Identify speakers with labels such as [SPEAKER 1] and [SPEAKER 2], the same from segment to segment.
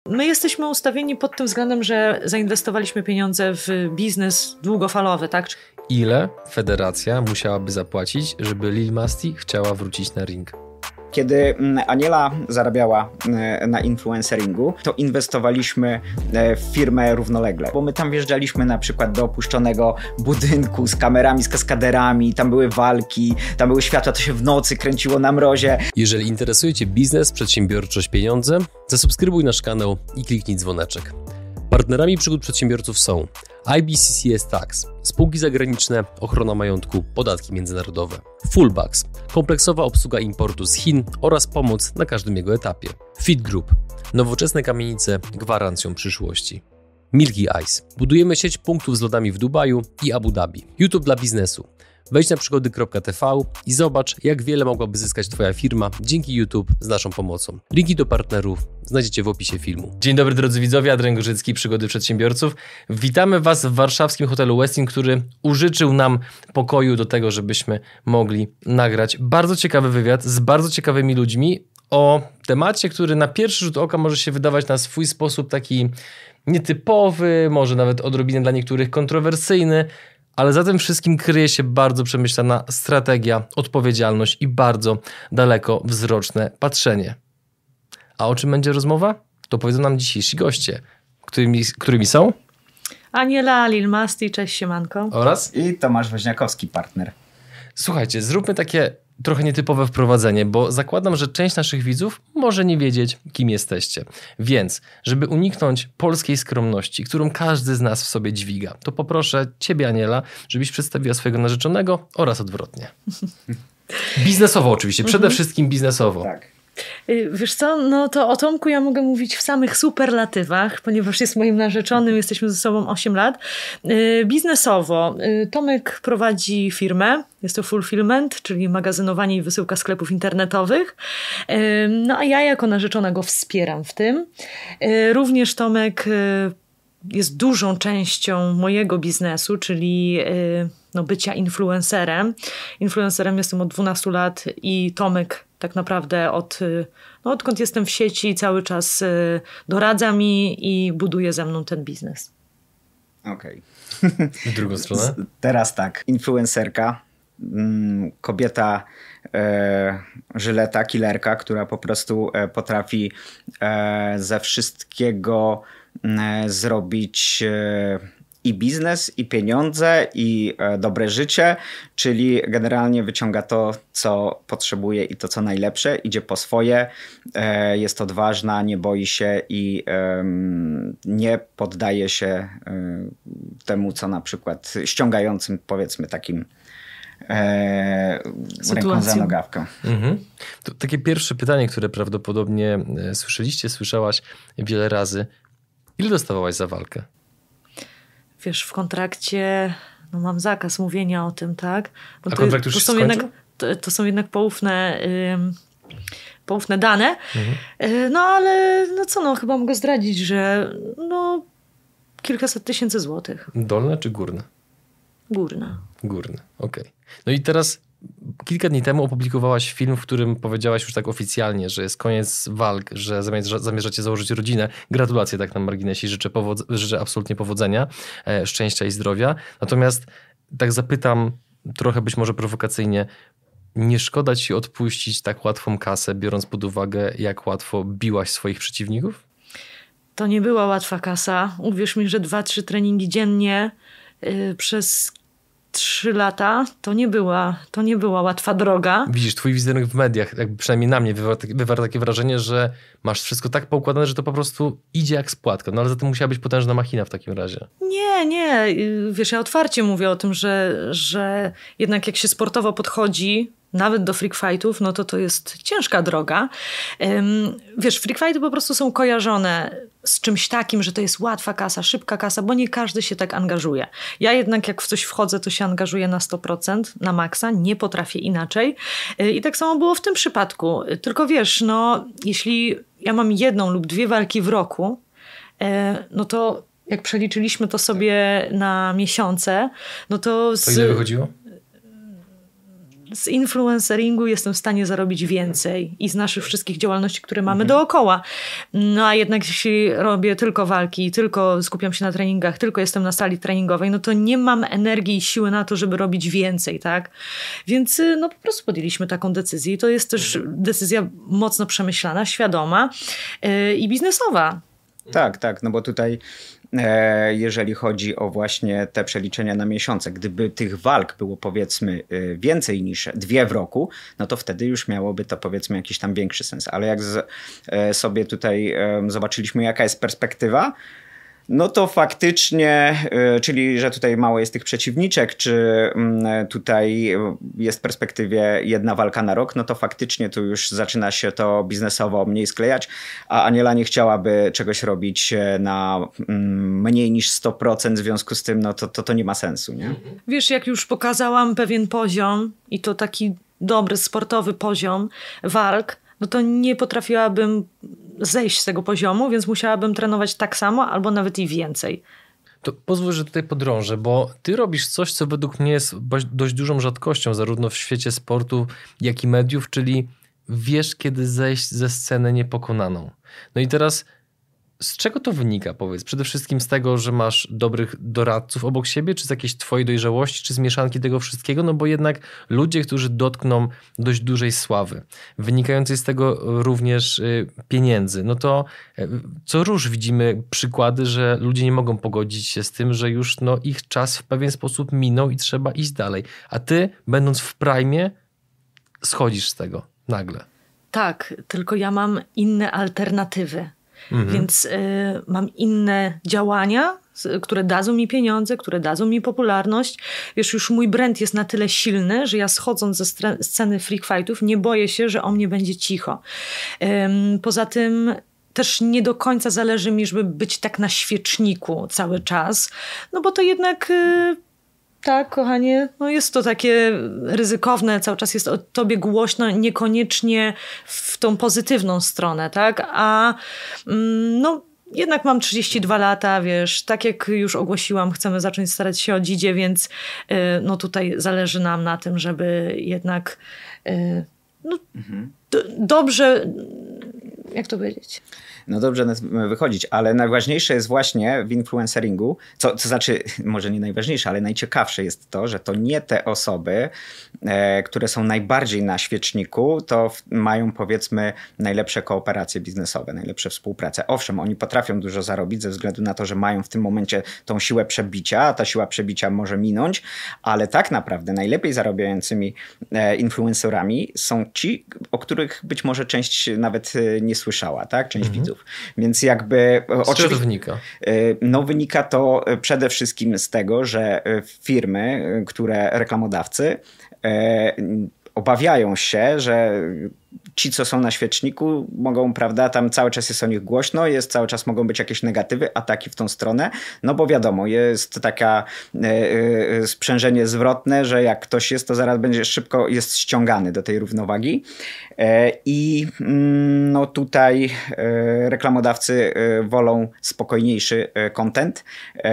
[SPEAKER 1] My jesteśmy ustawieni pod tym względem, że zainwestowaliśmy pieniądze w biznes długofalowy, tak?
[SPEAKER 2] Ile federacja musiałaby zapłacić, żeby Lil Masti chciała wrócić na ring?
[SPEAKER 3] Kiedy Aniela zarabiała na influenceringu, to inwestowaliśmy w firmę równolegle, bo my tam wjeżdżaliśmy na przykład do opuszczonego budynku z kamerami, z kaskaderami, tam były walki, tam były światła, to się w nocy kręciło na mrozie.
[SPEAKER 2] Jeżeli interesuje Cię biznes, przedsiębiorczość, pieniądze, zasubskrybuj nasz kanał i kliknij dzwoneczek. Partnerami przygód przedsiębiorców są IBCCS Tax, spółki zagraniczne, ochrona majątku, podatki międzynarodowe, Fullbacks, kompleksowa obsługa importu z Chin oraz pomoc na każdym jego etapie, Fit Group, nowoczesne kamienice gwarancją przyszłości, Milky Ice, budujemy sieć punktów z lodami w Dubaju i Abu Dhabi, YouTube dla biznesu. Wejdź na przygody.tv i zobacz, jak wiele mogłaby zyskać Twoja firma dzięki YouTube z naszą pomocą. Linki do partnerów znajdziecie w opisie filmu. Dzień dobry drodzy widzowie, Adrian Gorzycki, Przygody Przedsiębiorców. Witamy Was w warszawskim hotelu Westin, który użyczył nam pokoju do tego, żebyśmy mogli nagrać bardzo ciekawy wywiad z bardzo ciekawymi ludźmi o temacie, który na pierwszy rzut oka może się wydawać na swój sposób taki nietypowy, może nawet odrobinę dla niektórych kontrowersyjny, ale za tym wszystkim kryje się bardzo przemyślana strategia, odpowiedzialność i bardzo dalekowzroczne patrzenie. A o czym będzie rozmowa? To powiedzą nam dzisiejsi goście, którymi są
[SPEAKER 1] Aniela, Lil Masti, cześć siemanko.
[SPEAKER 2] Oraz
[SPEAKER 3] I Tomasz Woźniakowski, partner.
[SPEAKER 2] Słuchajcie, zróbmy takie trochę nietypowe wprowadzenie, bo zakładam, że część naszych widzów może nie wiedzieć, kim jesteście. Więc, żeby uniknąć polskiej skromności, którą każdy z nas w sobie dźwiga, to poproszę Ciebie, Aniela, żebyś przedstawiła swojego narzeczonego oraz odwrotnie. Biznesowo oczywiście, przede wszystkim biznesowo.
[SPEAKER 3] Tak.
[SPEAKER 1] Wiesz co, no to o Tomku ja mogę mówić w samych superlatywach, ponieważ jest moim narzeczonym, jesteśmy ze sobą 8 lat. Biznesowo Tomek prowadzi firmę, jest to Fulfillment, czyli magazynowanie i wysyłka sklepów internetowych. No a ja jako narzeczona go wspieram w tym. Również Tomek jest dużą częścią mojego biznesu, czyli bycia influencerem. Influencerem jestem od 12 lat i Tomek tak naprawdę odkąd jestem w sieci cały czas doradza mi i buduje ze mną ten biznes.
[SPEAKER 3] Okej.
[SPEAKER 2] W drugą stronę?
[SPEAKER 3] Teraz tak, influencerka, kobieta żyleta, killerka, która po prostu potrafi ze wszystkiego zrobić i biznes, i pieniądze, i dobre życie, czyli generalnie wyciąga to, co potrzebuje i to, co najlepsze, idzie po swoje, jest odważna, nie boi się i nie poddaje się temu, co na przykład ściągającym, powiedzmy, takim ręką za nogawkę.
[SPEAKER 2] Mhm. To takie pierwsze pytanie, które prawdopodobnie słyszałaś wiele razy. Ile dostawałaś za walkę?
[SPEAKER 1] Wiesz, w kontrakcie mam zakaz mówienia o tym, tak?
[SPEAKER 2] A kontrakt już się skończył?
[SPEAKER 1] To są jednak poufne dane. Mhm. No ale chyba mogę zdradzić, że kilkaset tysięcy złotych.
[SPEAKER 2] Dolne czy górne?
[SPEAKER 1] Górne,
[SPEAKER 2] okej. No i teraz kilka dni temu opublikowałaś film, w którym powiedziałaś już tak oficjalnie, że jest koniec walk, że zamierzacie założyć rodzinę. Gratulacje tak na marginesie, życzę absolutnie powodzenia, szczęścia i zdrowia. Natomiast tak zapytam trochę być może prowokacyjnie, nie szkoda ci odpuścić tak łatwą kasę, biorąc pod uwagę, jak łatwo biłaś swoich przeciwników?
[SPEAKER 1] To nie była łatwa kasa. Uwierz mi, że 2-3 treningi dziennie przez 3 lata to nie była łatwa droga.
[SPEAKER 2] Widzisz, twój wizerunek w mediach, jakby przynajmniej na mnie wywarł takie wrażenie, że masz wszystko tak poukładane, że to po prostu idzie jak spłatka. No ale za tym musiała być potężna machina w takim razie.
[SPEAKER 1] Nie. Wiesz, ja otwarcie mówię o tym, że jednak jak się sportowo podchodzi, nawet do freak fightów, no to jest ciężka droga. Wiesz, freak fighty po prostu są kojarzone z czymś takim, że to jest łatwa kasa, szybka kasa, bo nie każdy się tak angażuje. Ja jednak jak w coś wchodzę, to się angażuję na 100%, na maksa, nie potrafię inaczej. I tak samo było w tym przypadku. Tylko wiesz, jeśli ja mam 1 lub 2 walki w roku, no to jak przeliczyliśmy to sobie na miesiące, no to...
[SPEAKER 2] To ile wychodziło?
[SPEAKER 1] z influenceringu jestem w stanie zarobić więcej i z naszych wszystkich działalności, które mamy dookoła. No a jednak jeśli robię tylko walki, tylko skupiam się na treningach, tylko jestem na sali treningowej, no to nie mam energii i siły na to, żeby robić więcej, tak? Więc no po prostu podjęliśmy taką decyzję i to jest też decyzja mocno przemyślana, świadoma i biznesowa.
[SPEAKER 3] Tak, no bo tutaj jeżeli chodzi o właśnie te przeliczenia na miesiące, gdyby tych walk było powiedzmy więcej niż 2 w roku, no to wtedy już miałoby to powiedzmy jakiś tam większy sens. Ale jak sobie tutaj zobaczyliśmy jaka jest perspektywa, no to faktycznie, czyli że tutaj mało jest tych przeciwniczek, czy tutaj jest w perspektywie 1 walka na rok, no to faktycznie tu już zaczyna się to biznesowo mniej sklejać, a Aniela nie chciałaby czegoś robić na mniej niż 100%, w związku z tym no to nie ma sensu, nie?
[SPEAKER 1] Wiesz, jak już pokazałam pewien poziom i to taki dobry, sportowy poziom walk, no to nie potrafiłabym zejść z tego poziomu, więc musiałabym trenować tak samo albo nawet i więcej.
[SPEAKER 2] To pozwól, że tutaj podrążę, bo ty robisz coś, co według mnie jest dość dużą rzadkością, zarówno w świecie sportu, jak i mediów, czyli wiesz, kiedy zejść ze sceny niepokonaną. No i teraz z czego to wynika, powiedz? Przede wszystkim z tego, że masz dobrych doradców obok siebie, czy z jakiejś twojej dojrzałości, czy z mieszanki tego wszystkiego? No bo jednak ludzie, którzy dotkną dość dużej sławy, wynikającej z tego również pieniędzy, no to co róż widzimy przykłady, że ludzie nie mogą pogodzić się z tym, że już no, ich czas w pewien sposób minął i trzeba iść dalej. A ty, będąc w prime, schodzisz z tego nagle.
[SPEAKER 1] Tak, tylko ja mam inne alternatywy. Więc mam inne działania, które dadzą mi pieniądze, które dadzą mi popularność. Wiesz, już mój brand jest na tyle silny, że ja schodząc ze sceny freak fightów nie boję się, że o mnie będzie cicho. Poza tym też nie do końca zależy mi, żeby być tak na świeczniku cały czas, no bo to jednak... Tak, kochanie, no jest to takie ryzykowne, cały czas jest o tobie głośno, niekoniecznie w tą pozytywną stronę, tak? A no jednak mam 32 lata, wiesz, tak jak już ogłosiłam, chcemy zacząć starać się o dzidzie, więc no tutaj zależy nam na tym, żeby jednak dobrze, jak to powiedzieć?
[SPEAKER 3] No dobrze wychodzić, ale najważniejsze jest właśnie w influenceringu, co znaczy, może nie najważniejsze, ale najciekawsze jest to, że to nie te osoby, które są najbardziej na świeczniku, to mają powiedzmy najlepsze kooperacje biznesowe, najlepsze współpracę. Owszem, oni potrafią dużo zarobić ze względu na to, że mają w tym momencie tą siłę przebicia, a ta siła przebicia może minąć, ale tak naprawdę najlepiej zarabiającymi influencerami są ci, o których być może część nawet nie słyszała, tak? Część widzów. Więc jakby...
[SPEAKER 2] Z czego to wynika?
[SPEAKER 3] No wynika to przede wszystkim z tego, że firmy, reklamodawcy obawiają się, że ci, co są na świeczniku, mogą, prawda, tam cały czas jest o nich głośno, cały czas mogą być jakieś negatywy, ataki w tą stronę, no bo wiadomo, jest taka sprzężenie zwrotne, że jak ktoś jest, to zaraz będzie szybko jest ściągany do tej równowagi i no tutaj reklamodawcy wolą spokojniejszy content,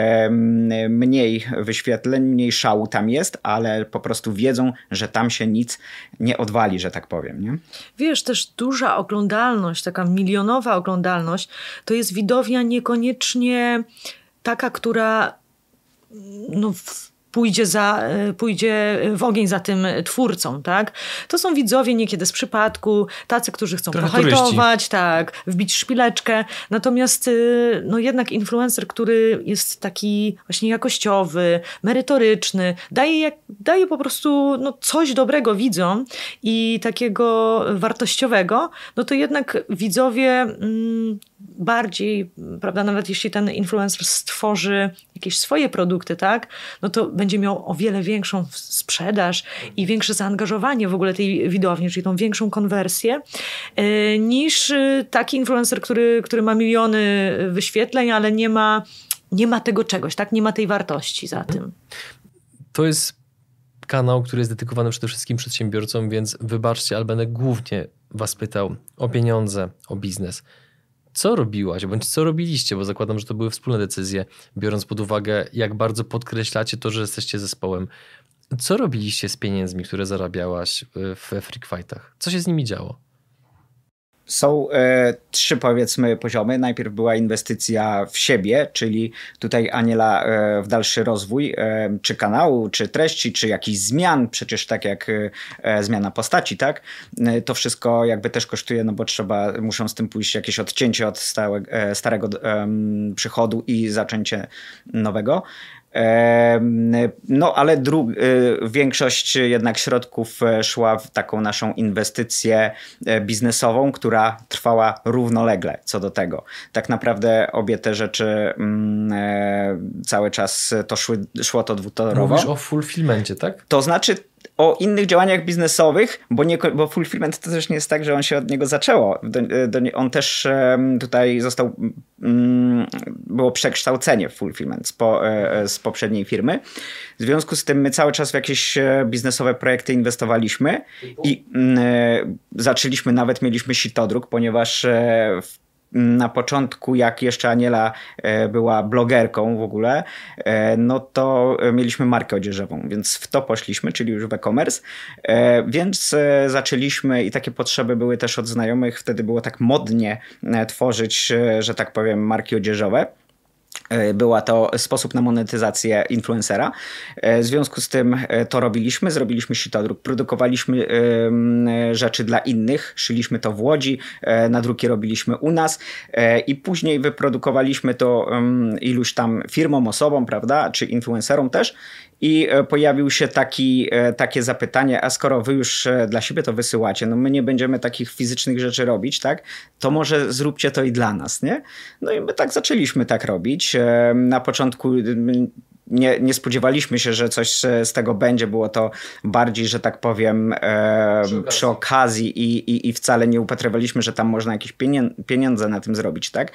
[SPEAKER 3] mniej wyświetleń, mniej szału tam jest, ale po prostu wiedzą, że tam się nic nie odwali, że tak powiem, nie?
[SPEAKER 1] Wiesz, też duża oglądalność, taka milionowa oglądalność, to jest widownia niekoniecznie taka, która no, pójdzie w ogień za tym twórcą, tak? To są widzowie niekiedy z przypadku, tacy, którzy chcą pohajtować, tak, wbić szpileczkę. Natomiast no jednak influencer, który jest taki właśnie jakościowy, merytoryczny, daje po prostu no, coś dobrego widzom i takiego wartościowego, no to jednak widzowie bardziej, prawda, nawet jeśli ten influencer stworzy jakieś swoje produkty, tak, no to będzie miał o wiele większą sprzedaż i większe zaangażowanie w ogóle tej widowni, czyli tą większą konwersję, niż taki influencer, który ma miliony wyświetleń, ale nie ma tego czegoś, tak, nie ma tej wartości za tym.
[SPEAKER 2] To jest kanał, który jest dedykowany przede wszystkim przedsiębiorcom, więc wybaczcie, ale będę głównie was pytał o pieniądze, o biznes. Co robiłaś, bądź co robiliście, bo zakładam, że to były wspólne decyzje, biorąc pod uwagę, jak bardzo podkreślacie to, że jesteście zespołem. Co robiliście z pieniędzmi, które zarabiałaś we Freak Fightach? Co się z nimi działo?
[SPEAKER 3] Są trzy, powiedzmy, poziomy. Najpierw była inwestycja w siebie, czyli tutaj Aniela w dalszy rozwój czy kanału, czy treści, czy jakichś zmian, przecież tak jak zmiana postaci, tak? To wszystko jakby też kosztuje, no bo muszą z tym pójść jakieś odcięcie od starego przychodu i zaczęcie nowego. No ale większość jednak środków szła w taką naszą inwestycję biznesową, która trwała równolegle co do tego. Tak naprawdę obie te rzeczy cały czas szło to dwutorowo.
[SPEAKER 2] Mówisz o fulfillmencie, tak?
[SPEAKER 3] To znaczy o innych działaniach biznesowych, bo fulfillment to też nie jest tak, że on się od niego zaczęło. On też tutaj było przekształcenie w fulfillment z poprzedniej firmy. W związku z tym my cały czas w jakieś biznesowe projekty inwestowaliśmy i mieliśmy sitodruk, ponieważ na początku, jak jeszcze Aniela była blogerką w ogóle, no to mieliśmy markę odzieżową, więc w to poszliśmy, czyli już w e-commerce, więc zaczęliśmy i takie potrzeby były też od znajomych, wtedy było tak modnie tworzyć, że tak powiem, marki odzieżowe. Była to sposób na monetyzację influencera. W związku z tym to zrobiliśmy sitodruk, produkowaliśmy rzeczy dla innych, szyliśmy to w Łodzi, nadruki robiliśmy u nas i później wyprodukowaliśmy to iluś tam firmom, osobom, prawda, czy influencerom też. I pojawił się takie zapytanie, a skoro wy już dla siebie to wysyłacie, no my nie będziemy takich fizycznych rzeczy robić, tak? To może zróbcie to i dla nas, nie? No i my tak zaczęliśmy tak robić. Na początku nie spodziewaliśmy się, że coś z tego będzie. Było to bardziej, że tak powiem, przy okazji i wcale nie upatrywaliśmy, że tam można jakieś pieniądze na tym zrobić, tak?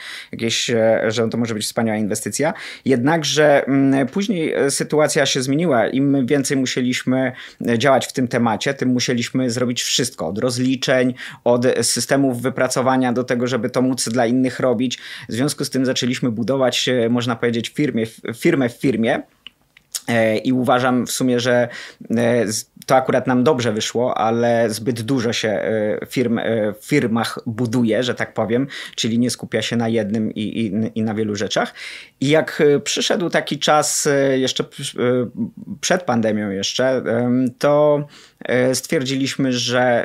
[SPEAKER 3] Że to może być wspaniała inwestycja. Jednakże później sytuacja się zmieniła. Im więcej musieliśmy działać w tym temacie, tym musieliśmy zrobić wszystko. Od rozliczeń, od systemów wypracowania do tego, żeby to móc dla innych robić. W związku z tym zaczęliśmy budować, można powiedzieć, firmę w firmie. I uważam w sumie, że to akurat nam dobrze wyszło, ale zbyt dużo się w firmach buduje, że tak powiem, czyli nie skupia się na jednym i na wielu rzeczach. I jak przyszedł taki czas jeszcze przed pandemią jeszcze, to stwierdziliśmy, że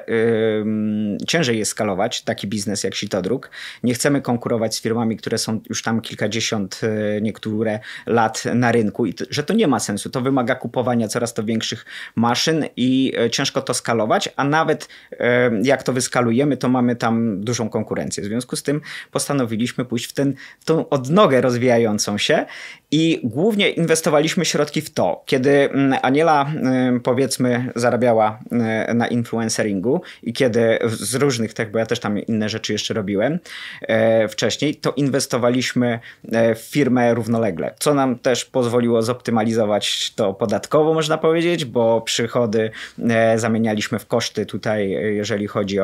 [SPEAKER 3] ciężej jest skalować taki biznes jak sitodruk. Nie chcemy konkurować z firmami, które są już tam kilkadziesiąt, niektóre lat na rynku i że to nie ma sensu. To wymaga kupowania coraz to większych maszyn i ciężko to skalować, a nawet jak to wyskalujemy, to mamy tam dużą konkurencję. W związku z tym postanowiliśmy pójść w tą odnogę rozwijającą się i głównie inwestowaliśmy środki w to. Kiedy Aniela, powiedzmy, zarabiała na influenceringu i kiedy z różnych bo ja też tam inne rzeczy jeszcze robiłem wcześniej, to inwestowaliśmy w firmę równolegle, co nam też pozwoliło zoptymalizować to podatkowo, można powiedzieć, bo przychody zamienialiśmy w koszty tutaj, jeżeli chodzi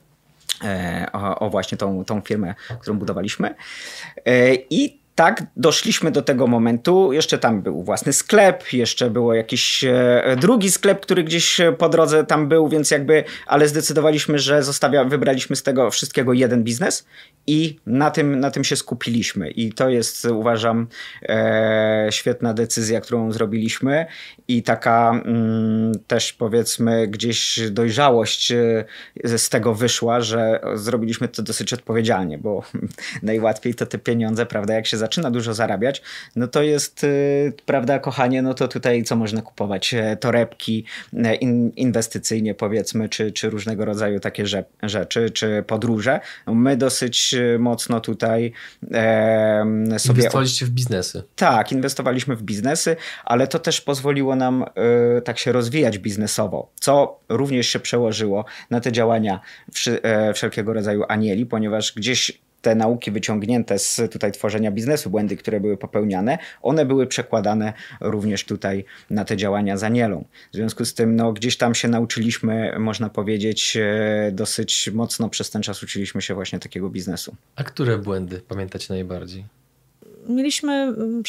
[SPEAKER 3] o właśnie tą firmę, którą budowaliśmy. I tak, doszliśmy do tego momentu, jeszcze tam był własny sklep, jeszcze było jakiś drugi sklep, który gdzieś po drodze tam był, więc ale zdecydowaliśmy, że wybraliśmy z tego wszystkiego jeden biznes i na tym się skupiliśmy i to jest, uważam, świetna decyzja, którą zrobiliśmy i taka też, powiedzmy, gdzieś dojrzałość z tego wyszła, że zrobiliśmy to dosyć odpowiedzialnie, bo najłatwiej to te pieniądze, prawda, jak się zaczyna dużo zarabiać, no to jest, prawda, kochanie, no to tutaj co można kupować? Torebki inwestycyjnie, powiedzmy, czy różnego rodzaju takie rzeczy, czy podróże. My dosyć mocno tutaj sobie...
[SPEAKER 2] Inwestowaliście w biznesy.
[SPEAKER 3] Tak, inwestowaliśmy w biznesy, ale to też pozwoliło nam tak się rozwijać biznesowo, co również się przełożyło na te działania wszelkiego rodzaju Anieli, ponieważ gdzieś te nauki wyciągnięte z tutaj tworzenia biznesu, błędy, które były popełniane, one były przekładane również tutaj na te działania z Anielą. W związku z tym gdzieś tam się nauczyliśmy, można powiedzieć, dosyć mocno przez ten czas uczyliśmy się właśnie takiego biznesu.
[SPEAKER 2] A które błędy pamiętacie najbardziej?
[SPEAKER 1] Mieliśmy przez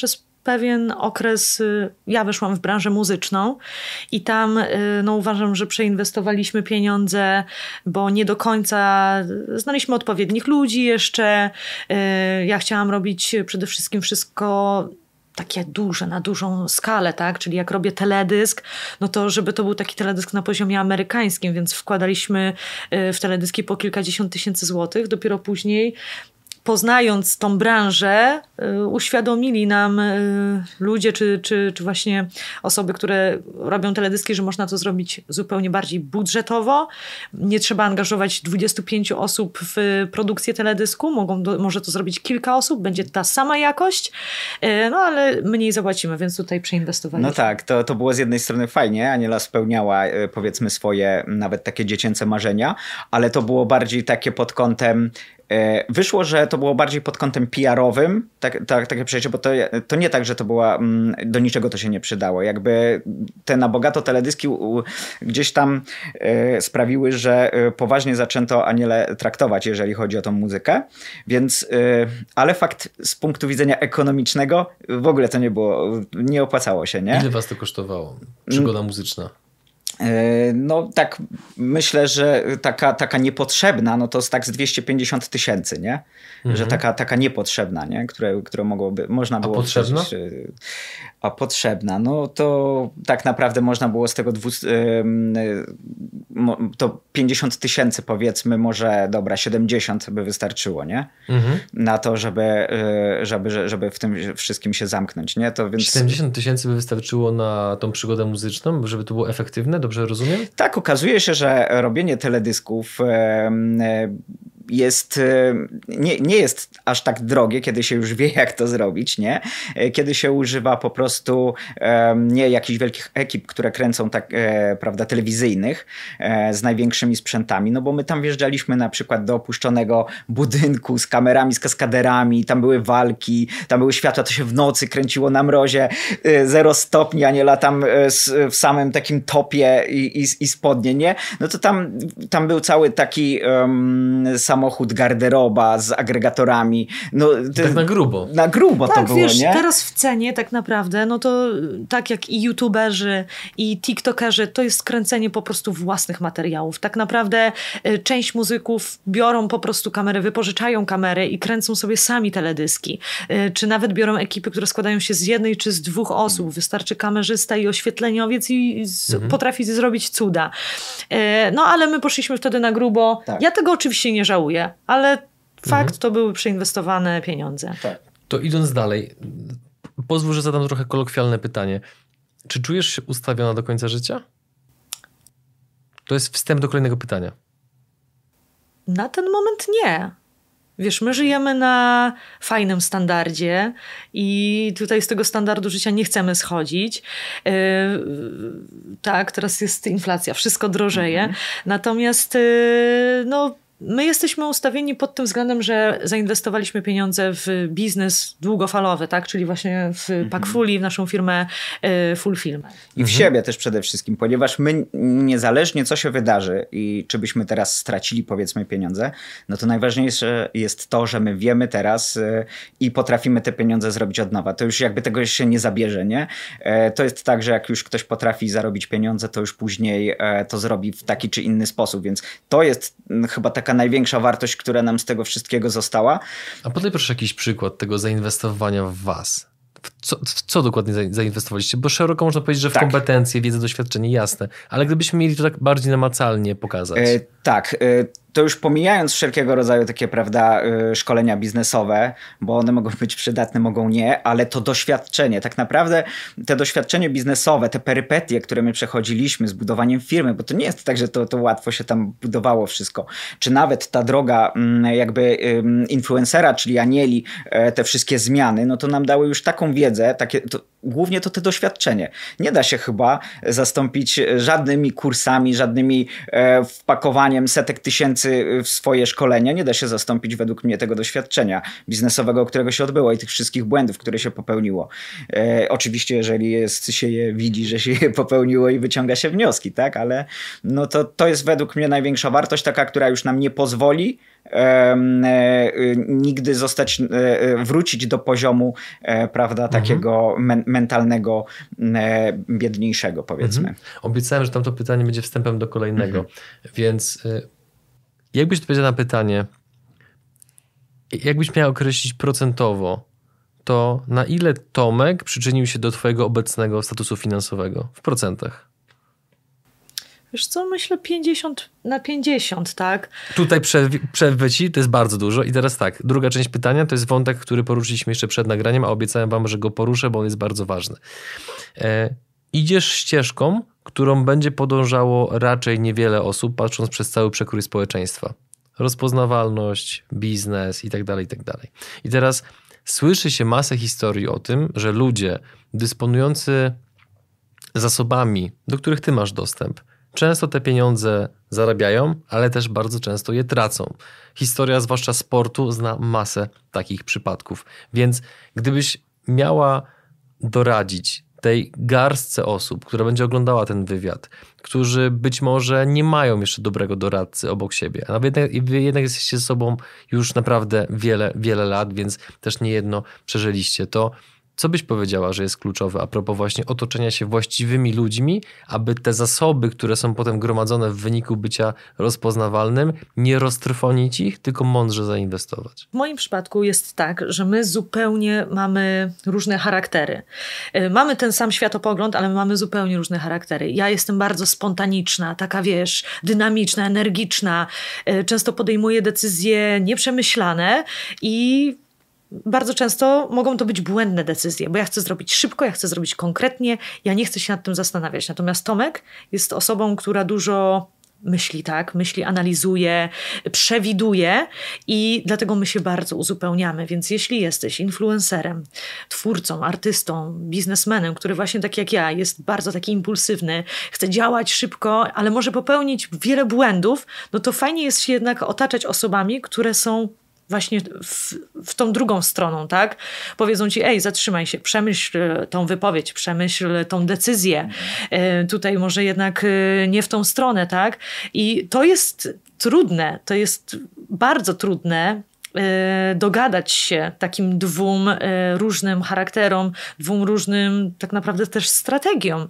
[SPEAKER 1] pewien okres, ja weszłam w branżę muzyczną i tam uważam, że przeinwestowaliśmy pieniądze, bo nie do końca znaliśmy odpowiednich ludzi jeszcze. Ja chciałam robić przede wszystkim wszystko takie duże, na dużą skalę, tak? Czyli jak robię teledysk, no to żeby to był taki teledysk na poziomie amerykańskim, więc wkładaliśmy w teledyski po kilkadziesiąt tysięcy złotych. Dopiero później, poznając tą branżę, uświadomili nam ludzie, czy właśnie osoby, które robią teledyski, że można to zrobić zupełnie bardziej budżetowo. Nie trzeba angażować 25 osób w produkcję teledysku. Może to zrobić kilka osób, będzie ta sama jakość, no ale mniej zapłacimy, więc tutaj przeinwestowaliśmy.
[SPEAKER 3] No tak, to było z jednej strony fajnie. Aniela spełniała powiedzmy swoje nawet takie dziecięce marzenia, ale to było bardziej takie pod kątem wyszło, że to było bardziej pod kątem PR-owym, takie przejście, bo to nie tak, że to była, do niczego to się nie przydało. Jakby te na bogato teledyski gdzieś tam sprawiły, że poważnie zaczęto Anielę traktować, jeżeli chodzi o tą muzykę, więc, ale fakt z punktu widzenia ekonomicznego w ogóle to nie opłacało się, nie?
[SPEAKER 2] Ile was to kosztowało? Przygoda muzyczna.
[SPEAKER 3] No tak myślę, że taka niepotrzebna, no to jest tak z 250 000, nie? Że taka niepotrzebna, nie? Które można było...
[SPEAKER 2] A potrzebna?
[SPEAKER 3] A potrzebna, no to tak naprawdę można było z tego to 50 000 powiedzmy, może dobra, 70 by wystarczyło, nie? Na to, żeby w tym wszystkim się zamknąć, nie? To więc...
[SPEAKER 2] 70 000 by wystarczyło na tą przygodę muzyczną, żeby to było efektywne? Dobrze rozumiem?
[SPEAKER 3] Tak, okazuje się, że robienie teledysków nie jest aż tak drogie, kiedy się już wie, jak to zrobić, nie? Kiedy się używa po prostu nie jakichś wielkich ekip, które kręcą tak, prawda, telewizyjnych z największymi sprzętami, no bo my tam wjeżdżaliśmy na przykład do opuszczonego budynku z kamerami, z kaskaderami, tam były walki, tam były światła, to się w nocy kręciło na mrozie, 0 stopni, Aniela tam w samym takim topie i spodnie, nie? No to tam był cały taki samochód, garderoba z agregatorami. No,
[SPEAKER 2] tak na grubo.
[SPEAKER 3] Na grubo tak, to było,
[SPEAKER 1] wiesz,
[SPEAKER 3] nie?
[SPEAKER 1] Teraz w cenie tak naprawdę, no to tak jak i youtuberzy, i tiktokerzy, to jest kręcenie po prostu własnych materiałów. Tak naprawdę część muzyków biorą po prostu kamery, wypożyczają kamery i kręcą sobie sami teledyski. Czy nawet biorą ekipy, które składają się z 1 czy z 2 osób. Wystarczy kamerzysta i oświetleniowiec i potrafi zrobić cuda. No ale my poszliśmy wtedy na grubo. Tak. Ja tego oczywiście nie żałuję, ale fakt, to były przeinwestowane pieniądze.
[SPEAKER 3] Tak.
[SPEAKER 2] To idąc dalej, pozwól, że zadam trochę kolokwialne pytanie. Czy czujesz się ustawiona do końca życia? To jest wstęp do kolejnego pytania.
[SPEAKER 1] Na ten moment nie. Wiesz, my żyjemy na fajnym standardzie i tutaj z tego standardu życia nie chcemy schodzić. Tak, teraz jest inflacja, wszystko drożeje. Natomiast my jesteśmy ustawieni pod tym względem, że zainwestowaliśmy pieniądze w biznes długofalowy, tak? Czyli właśnie w Packfuli, w naszą firmę Full Film.
[SPEAKER 3] I w siebie też przede wszystkim, ponieważ my niezależnie co się wydarzy i czy byśmy teraz stracili powiedzmy pieniądze, no to najważniejsze jest to, że my wiemy teraz i potrafimy te pieniądze zrobić od nowa. To już jakby tego się nie zabierze, nie? To jest tak, że jak już ktoś potrafi zarobić pieniądze, to już później to zrobi w taki czy inny sposób, więc to jest chyba taka największa wartość, która nam z tego wszystkiego została.
[SPEAKER 2] A podaj proszę jakiś przykład tego zainwestowania w was. W co dokładnie zainwestowaliście? Bo szeroko można powiedzieć, że w kompetencje, wiedzę, doświadczenie, jasne. Ale gdybyśmy mieli to tak bardziej namacalnie pokazać.
[SPEAKER 3] To już pomijając wszelkiego rodzaju takie, prawda, szkolenia biznesowe, bo one mogą być przydatne, mogą nie, ale to doświadczenie, tak naprawdę te doświadczenie biznesowe, te perypetie, które my przechodziliśmy z budowaniem firmy, bo to nie jest tak, że to łatwo się tam budowało wszystko, czy nawet ta droga jakby influencera, czyli Anieli, te wszystkie zmiany, no to nam dały już taką wiedzę, głównie to te doświadczenie. Nie da się chyba zastąpić żadnymi kursami, żadnymi wpakowaniem setek tysięcy kasy w swoje szkolenia, nie da się zastąpić według mnie tego doświadczenia biznesowego, którego się odbyło i tych wszystkich błędów, które się popełniło. Oczywiście, jeżeli się je widzi, że się je popełniło i wyciąga się wnioski, tak? Ale no to jest według mnie największa wartość, taka, która już nam nie pozwoli nigdy wrócić do poziomu, prawda, takiego mentalnego, biedniejszego, powiedzmy.
[SPEAKER 2] Obiecałem, że tamto pytanie będzie wstępem do kolejnego, więc jakbyś odpowiedział na pytanie, jakbyś miał określić procentowo, to na ile Tomek przyczynił się do twojego obecnego statusu finansowego w procentach?
[SPEAKER 1] Wiesz co, myślę 50/50, tak?
[SPEAKER 2] Tutaj przerwę ci, to jest bardzo dużo. I teraz tak, druga część pytania to jest wątek, który poruszyliśmy jeszcze przed nagraniem, a obiecałem wam, że go poruszę, bo on jest bardzo ważny. Idziesz ścieżką, którą będzie podążało raczej niewiele osób, patrząc przez cały przekrój społeczeństwa. Rozpoznawalność, biznes i tak dalej, i tak dalej. I teraz słyszy się masę historii o tym, że ludzie dysponujący zasobami, do których ty masz dostęp, często te pieniądze zarabiają, ale też bardzo często je tracą. Historia, zwłaszcza sportu, zna masę takich przypadków. Więc gdybyś miała doradzić tej garstce osób, która będzie oglądała ten wywiad, którzy być może nie mają jeszcze dobrego doradcy obok siebie, a wy jednak jesteście ze sobą już naprawdę wiele, wiele lat, więc też niejedno przeżyliście to. Co byś powiedziała, że jest kluczowe a propos właśnie otoczenia się właściwymi ludźmi, aby te zasoby, które są potem gromadzone w wyniku bycia rozpoznawalnym, nie roztrwonić ich, tylko mądrze zainwestować?
[SPEAKER 1] W moim przypadku jest tak, że my zupełnie mamy różne charaktery. Mamy ten sam światopogląd, ale my mamy zupełnie różne charaktery. Ja jestem bardzo spontaniczna, taka wiesz, dynamiczna, energiczna. Często podejmuję decyzje nieprzemyślane i bardzo często mogą to być błędne decyzje, bo ja chcę zrobić szybko, ja chcę zrobić konkretnie, ja nie chcę się nad tym zastanawiać. Natomiast Tomek jest osobą, która dużo myśli, tak? Myśli, analizuje, przewiduje i dlatego my się bardzo uzupełniamy. Więc jeśli jesteś influencerem, twórcą, artystą, biznesmenem, który właśnie tak jak ja jest bardzo taki impulsywny, chce działać szybko, ale może popełnić wiele błędów, no to fajnie jest się jednak otaczać osobami, które są właśnie w tą drugą stroną, tak? Powiedzą ci, ej, zatrzymaj się, przemyśl tą wypowiedź, przemyśl tą decyzję. Tutaj może jednak nie w tą stronę, tak? I to jest trudne, to jest bardzo trudne dogadać się takim dwóm różnym charakterom, dwóm różnym tak naprawdę też strategiom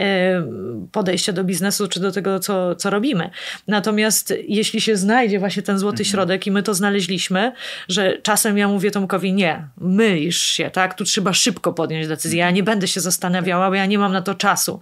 [SPEAKER 1] podejścia do biznesu czy do tego, co robimy. Natomiast jeśli się znajdzie właśnie ten złoty środek i my to znaleźliśmy, że czasem ja mówię Tomkowi, nie, mylisz się, tak? Tu trzeba szybko podjąć decyzję. Ja nie będę się zastanawiała, bo ja nie mam na to czasu.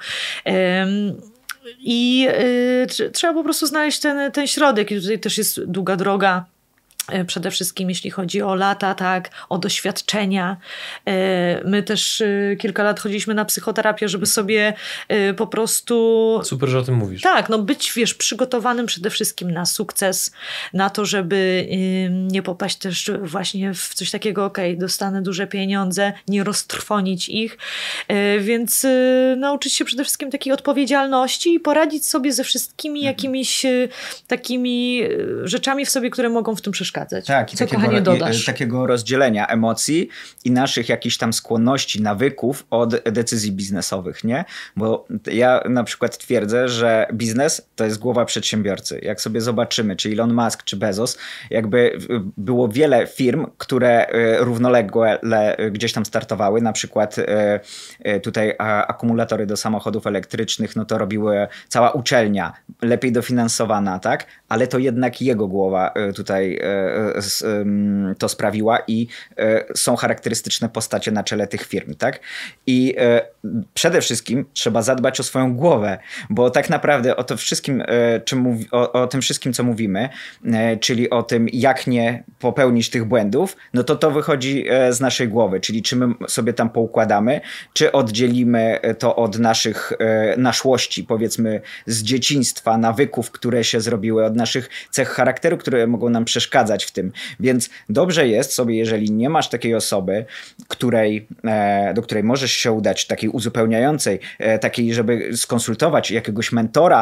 [SPEAKER 1] I trzeba po prostu znaleźć ten środek. I tutaj też jest długa droga. Przede wszystkim jeśli chodzi o lata, tak, o doświadczenia. My też kilka lat chodziliśmy na psychoterapię, żeby sobie po prostu...
[SPEAKER 2] Super, że o tym mówisz.
[SPEAKER 1] Tak, no być, wiesz, przygotowanym przede wszystkim na sukces, na to, żeby nie popaść też właśnie w coś takiego, okej, dostanę duże pieniądze, nie roztrwonić ich, więc nauczyć się przede wszystkim takiej odpowiedzialności i poradzić sobie ze wszystkimi jakimiś takimi rzeczami w sobie, które mogą w tym przeszkadzać.
[SPEAKER 3] Tak, i takiego rozdzielenia emocji i naszych jakichś tam skłonności, nawyków od decyzji biznesowych, nie? Bo ja na przykład twierdzę, że biznes to jest głowa przedsiębiorcy. Jak sobie zobaczymy, czy Elon Musk, czy Bezos, jakby było wiele firm, które równolegle gdzieś tam startowały, na przykład tutaj akumulatory do samochodów elektrycznych, no to robiły cała uczelnia, lepiej dofinansowana, tak? Ale to jednak jego głowa tutaj to sprawiła i są charakterystyczne postacie na czele tych firm, tak? I przede wszystkim trzeba zadbać o swoją głowę, bo tak naprawdę o tym wszystkim, co mówimy, czyli o tym, jak nie popełnić tych błędów, no to wychodzi z naszej głowy, czyli czy my sobie tam poukładamy, czy oddzielimy to od naszych naszłości, powiedzmy z dzieciństwa, nawyków, które się zrobiły, od naszych cech charakteru, które mogą nam przeszkadzać pomagać w tym. Więc dobrze jest sobie, jeżeli nie masz takiej osoby, do której możesz się udać, takiej uzupełniającej, takiej, żeby skonsultować jakiegoś mentora,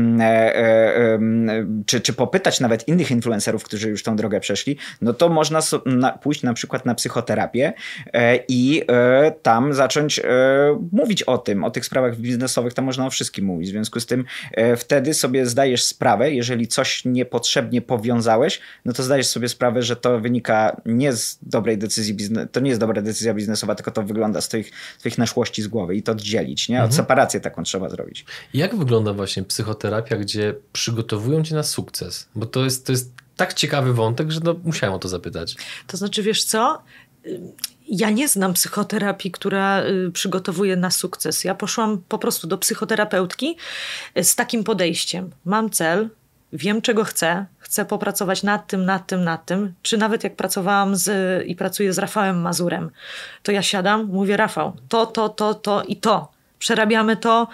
[SPEAKER 3] czy popytać nawet innych influencerów, którzy już tą drogę przeszli, no to można pójść na przykład na psychoterapię i tam zacząć mówić o tych sprawach biznesowych, tam można o wszystkim mówić. W związku z tym wtedy sobie zdajesz sprawę, jeżeli coś niepotrzebnie powiązałeś, no to zdajesz sobie sprawę, że to wynika nie z dobrej decyzji to nie jest dobra decyzja biznesowa, tylko to wygląda z twoich naszłości z głowy i to oddzielić, nie? Separację taką trzeba zrobić.
[SPEAKER 2] Jak wygląda właśnie psychoterapia, gdzie przygotowują cię na sukces? Bo to jest tak ciekawy wątek, że musiałem o to zapytać.
[SPEAKER 1] To znaczy, wiesz co? Ja nie znam psychoterapii, która przygotowuje na sukces. Ja poszłam po prostu do psychoterapeutki z takim podejściem. Mam cel, wiem czego chcę popracować nad tym. Czy nawet jak pracowałam i pracuję z Rafałem Mazurem, to ja siadam, mówię: Rafał, to i to. Przerabiamy to,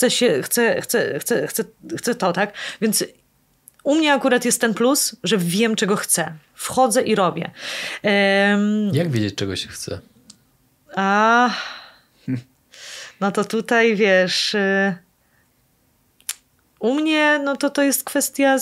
[SPEAKER 1] chcę to, tak? Więc u mnie akurat jest ten plus, że wiem czego chcę. Wchodzę i robię.
[SPEAKER 2] Jak wiedzieć czego się chce?
[SPEAKER 1] No to tutaj wiesz... U mnie no to jest kwestia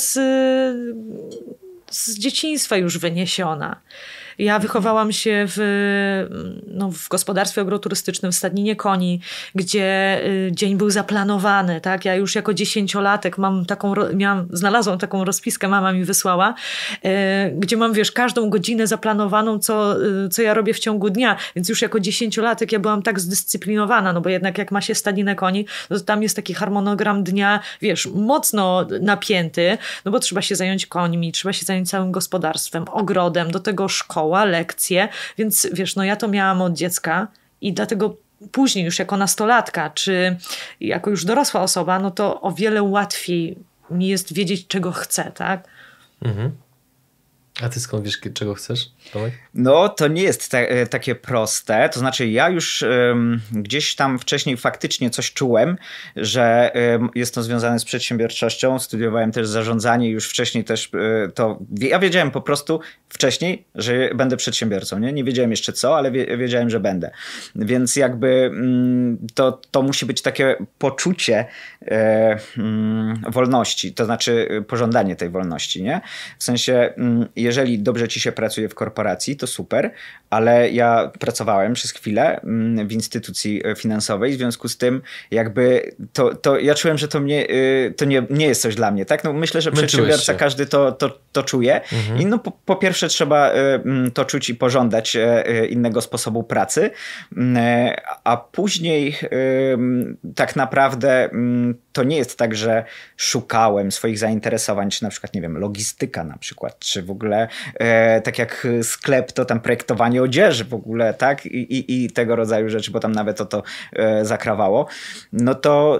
[SPEAKER 1] z dzieciństwa już wyniesiona. Ja wychowałam się w gospodarstwie agroturystycznym w Stadninie Koni, gdzie dzień był zaplanowany. Tak? Ja już jako 10-latek znalazłam taką rozpiskę, mama mi wysłała, gdzie mam, każdą godzinę zaplanowaną, co ja robię w ciągu dnia. Więc już jako 10-latek ja byłam tak zdyscyplinowana, no bo jednak jak ma się Stadninę Koni, no to tam jest taki harmonogram dnia, mocno napięty, no bo trzeba się zająć końmi, trzeba się zająć całym gospodarstwem, ogrodem, do tego szkoła, lekcje, więc ja to miałam od dziecka i dlatego później już jako nastolatka, czy jako już dorosła osoba, no to o wiele łatwiej mi jest wiedzieć, czego chcę, tak?
[SPEAKER 2] Mhm. A ty skąd wiesz, czego chcesz, Tomek?
[SPEAKER 3] No, to nie jest takie proste. To znaczy, ja już gdzieś tam wcześniej faktycznie coś czułem, że jest to związane z przedsiębiorczością. Studiowałem też zarządzanie, już wcześniej też ja wiedziałem po prostu wcześniej, że będę przedsiębiorcą. Nie wiedziałem jeszcze co, ale wiedziałem, że będę. Więc jakby to musi być takie poczucie wolności, to znaczy pożądanie tej wolności, nie? W sensie, jeżeli dobrze ci się pracuje w korporacji, to super, ale ja pracowałem przez chwilę w instytucji finansowej, w związku z tym jakby to ja czułem, że to nie jest coś dla mnie, tak? No myślę, że przedsiębiorca każdy to czuje i no po pierwsze trzeba to czuć i pożądać innego sposobu pracy, a później tak naprawdę to nie jest tak, że szukałem swoich zainteresowań, czy na przykład, nie wiem, logistyka na przykład, czy w ogóle tak jak sklep, to tam projektowanie odzieży w ogóle, tak? I tego rodzaju rzeczy, bo tam nawet to zakrawało. No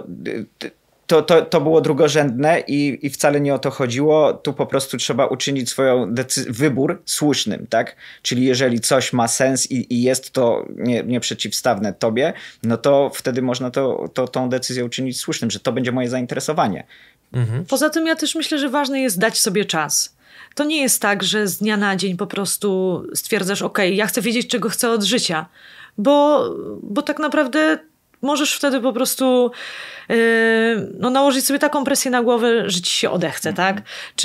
[SPEAKER 3] to było drugorzędne i wcale nie o to chodziło. Tu po prostu trzeba uczynić swoją wybór słusznym, tak? Czyli jeżeli coś ma sens i jest to nie przeciwstawne tobie, no to wtedy można tą decyzję uczynić słusznym, że to będzie moje zainteresowanie.
[SPEAKER 1] Mhm. Poza tym ja też myślę, że ważne jest dać sobie czas. To nie jest tak, że z dnia na dzień po prostu stwierdzasz: okej, ja chcę wiedzieć, czego chcę od życia. Bo tak naprawdę możesz wtedy po prostu nałożyć sobie taką presję na głowę, że ci się odechce, tak?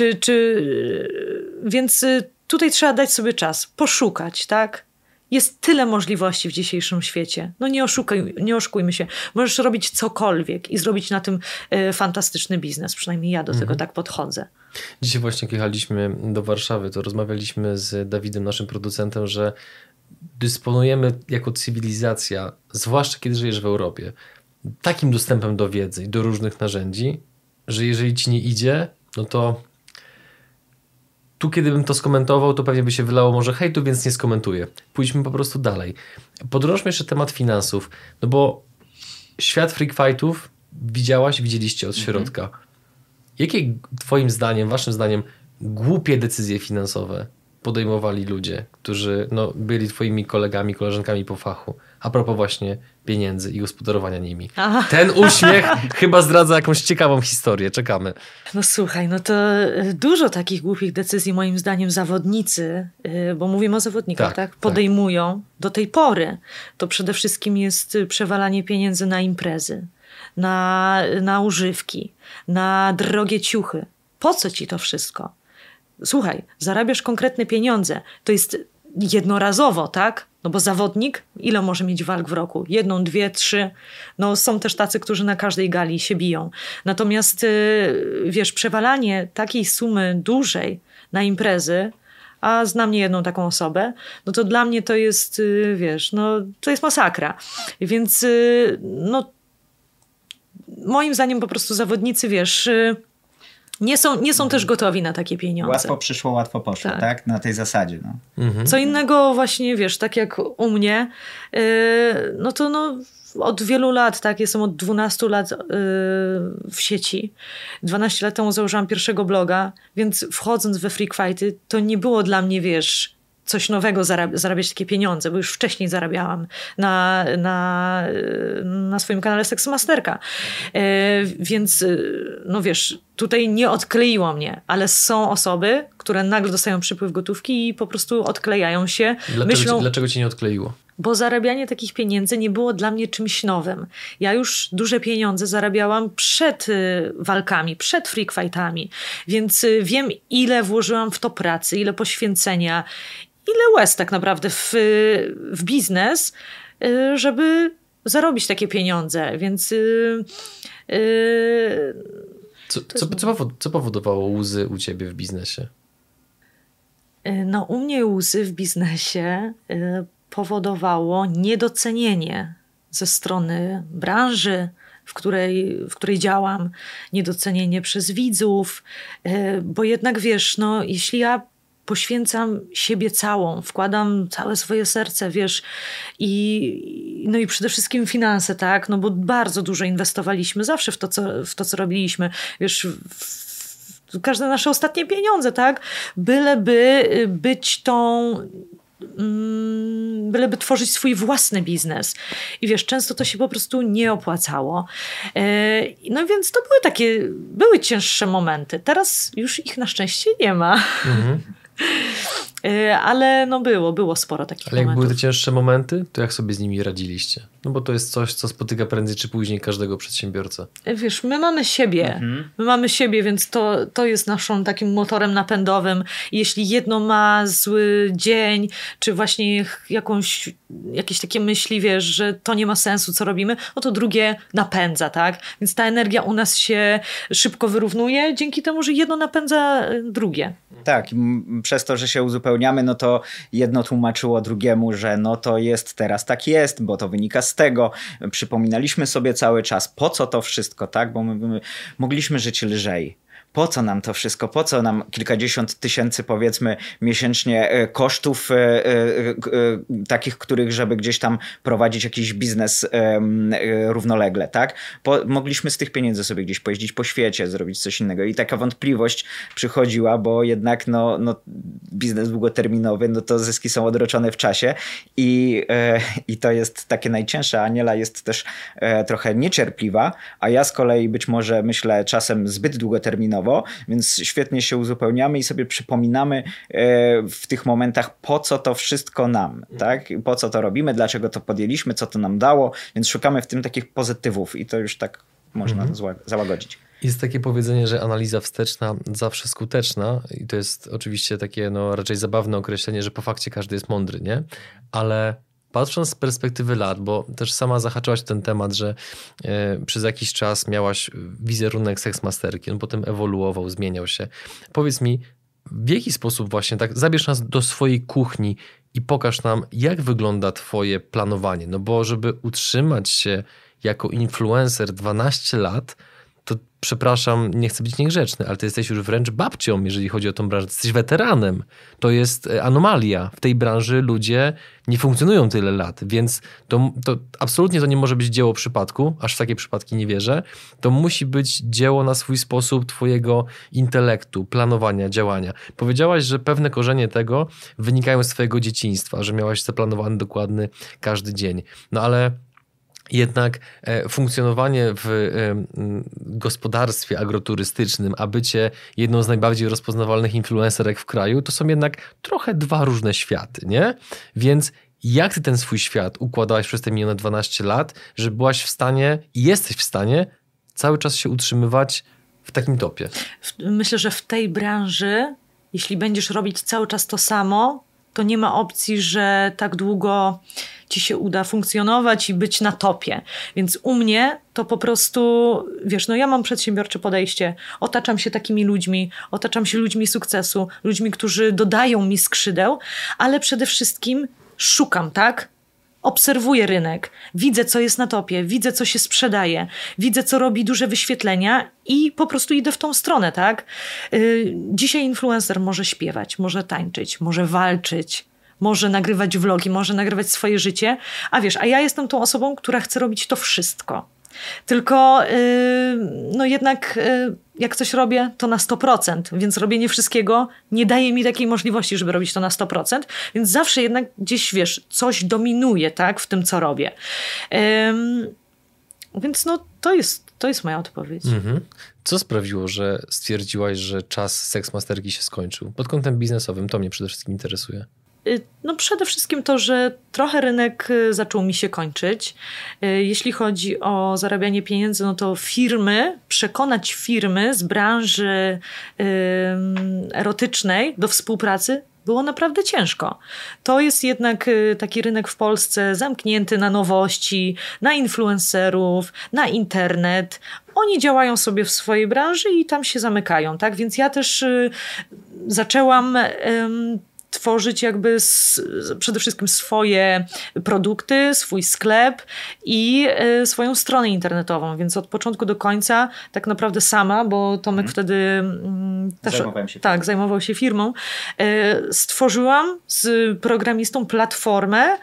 [SPEAKER 1] Więc tutaj trzeba dać sobie czas, poszukać, tak? Jest tyle możliwości w dzisiejszym świecie. No nie oszukujmy się. Możesz robić cokolwiek i zrobić na tym fantastyczny biznes. Przynajmniej ja do tego tak podchodzę.
[SPEAKER 2] Dzisiaj właśnie jak jechaliśmy do Warszawy, to rozmawialiśmy z Dawidem, naszym producentem, że dysponujemy jako cywilizacja, zwłaszcza kiedy żyjesz w Europie, takim dostępem do wiedzy i do różnych narzędzi, że jeżeli ci nie idzie, no to tu kiedy bym to skomentował, to pewnie by się wylało może hejtu, więc nie skomentuję. Pójdźmy po prostu dalej. Podrążmy jeszcze temat finansów, no bo świat freak fightów widzieliście od środka. Jakie twoim zdaniem, waszym zdaniem głupie decyzje finansowe podejmowali ludzie, którzy byli twoimi kolegami, koleżankami po fachu? A propos właśnie pieniędzy i gospodarowania nimi. Aha. Ten uśmiech chyba zdradza jakąś ciekawą historię. Czekamy.
[SPEAKER 1] No słuchaj, to dużo takich głupich decyzji moim zdaniem zawodnicy, bo mówimy o zawodnikach, tak? Podejmują do tej pory. To przede wszystkim jest przewalanie pieniędzy na imprezy, na używki, na drogie ciuchy. Po co ci to wszystko? Słuchaj, zarabiasz konkretne pieniądze. To jest jednorazowo, tak? Bo zawodnik, ile może mieć walk w roku? 1, 2, 3. Są też tacy, którzy na każdej gali się biją. Natomiast, przewalanie takiej sumy dużej na imprezy, a znam niejedną taką osobę, to dla mnie to jest, to jest masakra. Więc, moim zdaniem po prostu zawodnicy, nie są też gotowi na takie pieniądze.
[SPEAKER 3] Łatwo przyszło, łatwo poszło, tak? Na tej zasadzie.
[SPEAKER 1] Co innego właśnie, tak jak u mnie, od wielu lat, tak? Jestem od 12 lat w sieci. 12 lat temu założyłam pierwszego bloga, więc wchodząc we freak fighty, to nie było dla mnie, coś nowego zarabiać takie pieniądze, bo już wcześniej zarabiałam na swoim kanale Seksmasterka. Więc, tutaj nie odkleiło mnie, ale są osoby, które nagle dostają przypływ gotówki i po prostu odklejają się.
[SPEAKER 2] Dlaczego cię nie odkleiło?
[SPEAKER 1] Bo zarabianie takich pieniędzy nie było dla mnie czymś nowym. Ja już duże pieniądze zarabiałam przed walkami, przed freak fightami, więc wiem, ile włożyłam w to pracy, ile poświęcenia, ile łez tak naprawdę w biznes, żeby zarobić takie pieniądze, więc...
[SPEAKER 2] Co powodowało łzy u ciebie w biznesie?
[SPEAKER 1] U mnie łzy w biznesie powodowało niedocenienie ze strony branży, w której działam, niedocenienie przez widzów, bo jednak jeśli ja poświęcam siebie całą, wkładam całe swoje serce, i przede wszystkim finanse, tak, bo bardzo dużo inwestowaliśmy zawsze w to, co robiliśmy, każde nasze ostatnie pieniądze, tak, byleby tworzyć swój własny biznes. I często to się po prostu nie opłacało. Więc to były cięższe momenty. Teraz już ich na szczęście nie ma. Mhm. Ale było sporo takich momentów.
[SPEAKER 2] Ale jak były te cięższe momenty, to jak sobie z nimi radziliście? Bo to jest coś, co spotyka prędzej czy później każdego przedsiębiorcę.
[SPEAKER 1] My mamy siebie. My mamy siebie, więc to jest naszym takim motorem napędowym. Jeśli jedno ma zły dzień, czy właśnie jakieś takie myśli, że to nie ma sensu, co robimy, to drugie napędza, tak? Więc ta energia u nas się szybko wyrównuje, dzięki temu, że jedno napędza drugie.
[SPEAKER 3] Tak, przez to, że się uzupełniamy, to jedno tłumaczyło drugiemu, że to jest teraz tak jest, bo to wynika z tego. Przypominaliśmy sobie cały czas, po co to wszystko, tak? Bo my mogliśmy żyć lżej. Po co nam to wszystko? Po co nam kilkadziesiąt tysięcy, powiedzmy, miesięcznie kosztów takich, których, żeby gdzieś tam prowadzić jakiś biznes równolegle, tak? Mogliśmy z tych pieniędzy sobie gdzieś pojeździć po świecie, zrobić coś innego. I taka wątpliwość przychodziła, bo jednak biznes długoterminowy, to zyski są odroczone w czasie i to jest takie najcięższe. Aniela jest też trochę niecierpliwa, a ja z kolei być może myślę czasem zbyt długoterminowo, więc świetnie się uzupełniamy i sobie przypominamy w tych momentach, po co to wszystko nam, tak? Po co to robimy, dlaczego to podjęliśmy, co to nam dało, więc szukamy w tym takich pozytywów i to już tak można załagodzić.
[SPEAKER 2] Jest takie powiedzenie, że analiza wsteczna zawsze skuteczna i to jest oczywiście takie raczej zabawne określenie, że po fakcie każdy jest mądry, nie? Ale patrząc z perspektywy lat, bo też sama zahaczałaś o ten temat, że przez jakiś czas miałaś wizerunek seksmasterki, on potem ewoluował, zmieniał się. Powiedz mi, w jaki sposób właśnie tak zabierz nas do swojej kuchni i pokaż nam, jak wygląda twoje planowanie. Bo żeby utrzymać się jako influencer 12 lat, to przepraszam, nie chcę być niegrzeczny, ale ty jesteś już wręcz babcią, jeżeli chodzi o tą branżę. Ty jesteś weteranem. To jest anomalia. W tej branży ludzie nie funkcjonują tyle lat, więc to absolutnie to nie może być dzieło przypadku, aż w takie przypadki nie wierzę. To musi być dzieło na swój sposób twojego intelektu, planowania, działania. Powiedziałaś, że pewne korzenie tego wynikają z twojego dzieciństwa, że miałaś zaplanowany dokładny każdy dzień. No ale jednak funkcjonowanie w gospodarstwie agroturystycznym, a bycie jedną z najbardziej rozpoznawalnych influencerek w kraju, to są jednak trochę dwa różne światy, nie? Więc jak ty ten swój świat układałaś przez te minione 12 lat, że byłaś w stanie i jesteś w stanie cały czas się utrzymywać w takim topie?
[SPEAKER 1] Myślę, że w tej branży, jeśli będziesz robić cały czas to samo, to nie ma opcji, że tak długo ci się uda funkcjonować i być na topie. Więc u mnie to po prostu, wiesz, no ja mam przedsiębiorcze podejście, otaczam się takimi ludźmi, otaczam się ludźmi sukcesu, ludźmi, którzy dodają mi skrzydeł, ale przede wszystkim szukam, tak? Obserwuję rynek, widzę, co jest na topie, widzę, co się sprzedaje, widzę, co robi duże wyświetlenia i po prostu idę w tą stronę, tak? Dzisiaj influencer może śpiewać, może tańczyć, może walczyć, może nagrywać vlogi, może nagrywać swoje życie, a ja jestem tą osobą, która chce robić to wszystko. Tylko no jednak jak coś robię, to na 100%, więc robienie wszystkiego nie daje mi takiej możliwości, żeby robić to na 100%, więc zawsze jednak gdzieś, wiesz, coś dominuje, tak, w tym, co robię. Więc no to jest moja odpowiedź.
[SPEAKER 2] Mhm. Co sprawiło, że stwierdziłaś, że czas seksmasterki się skończył? Pod kątem biznesowym to mnie przede wszystkim interesuje.
[SPEAKER 1] No przede wszystkim to, że trochę rynek zaczął mi się kończyć. Jeśli chodzi o zarabianie pieniędzy, no to przekonać firmy z branży erotycznej do współpracy było naprawdę ciężko. To jest jednak taki rynek w Polsce zamknięty na nowości, na influencerów, na internet. Oni działają sobie w swojej branży i tam się zamykają, tak? Więc ja też zaczęłam tworzyć jakby przede wszystkim swoje produkty, swój sklep i swoją stronę internetową, więc od początku do końca tak naprawdę sama, bo Tomek wtedy też zajmował się firmą, stworzyłam z programistą platformę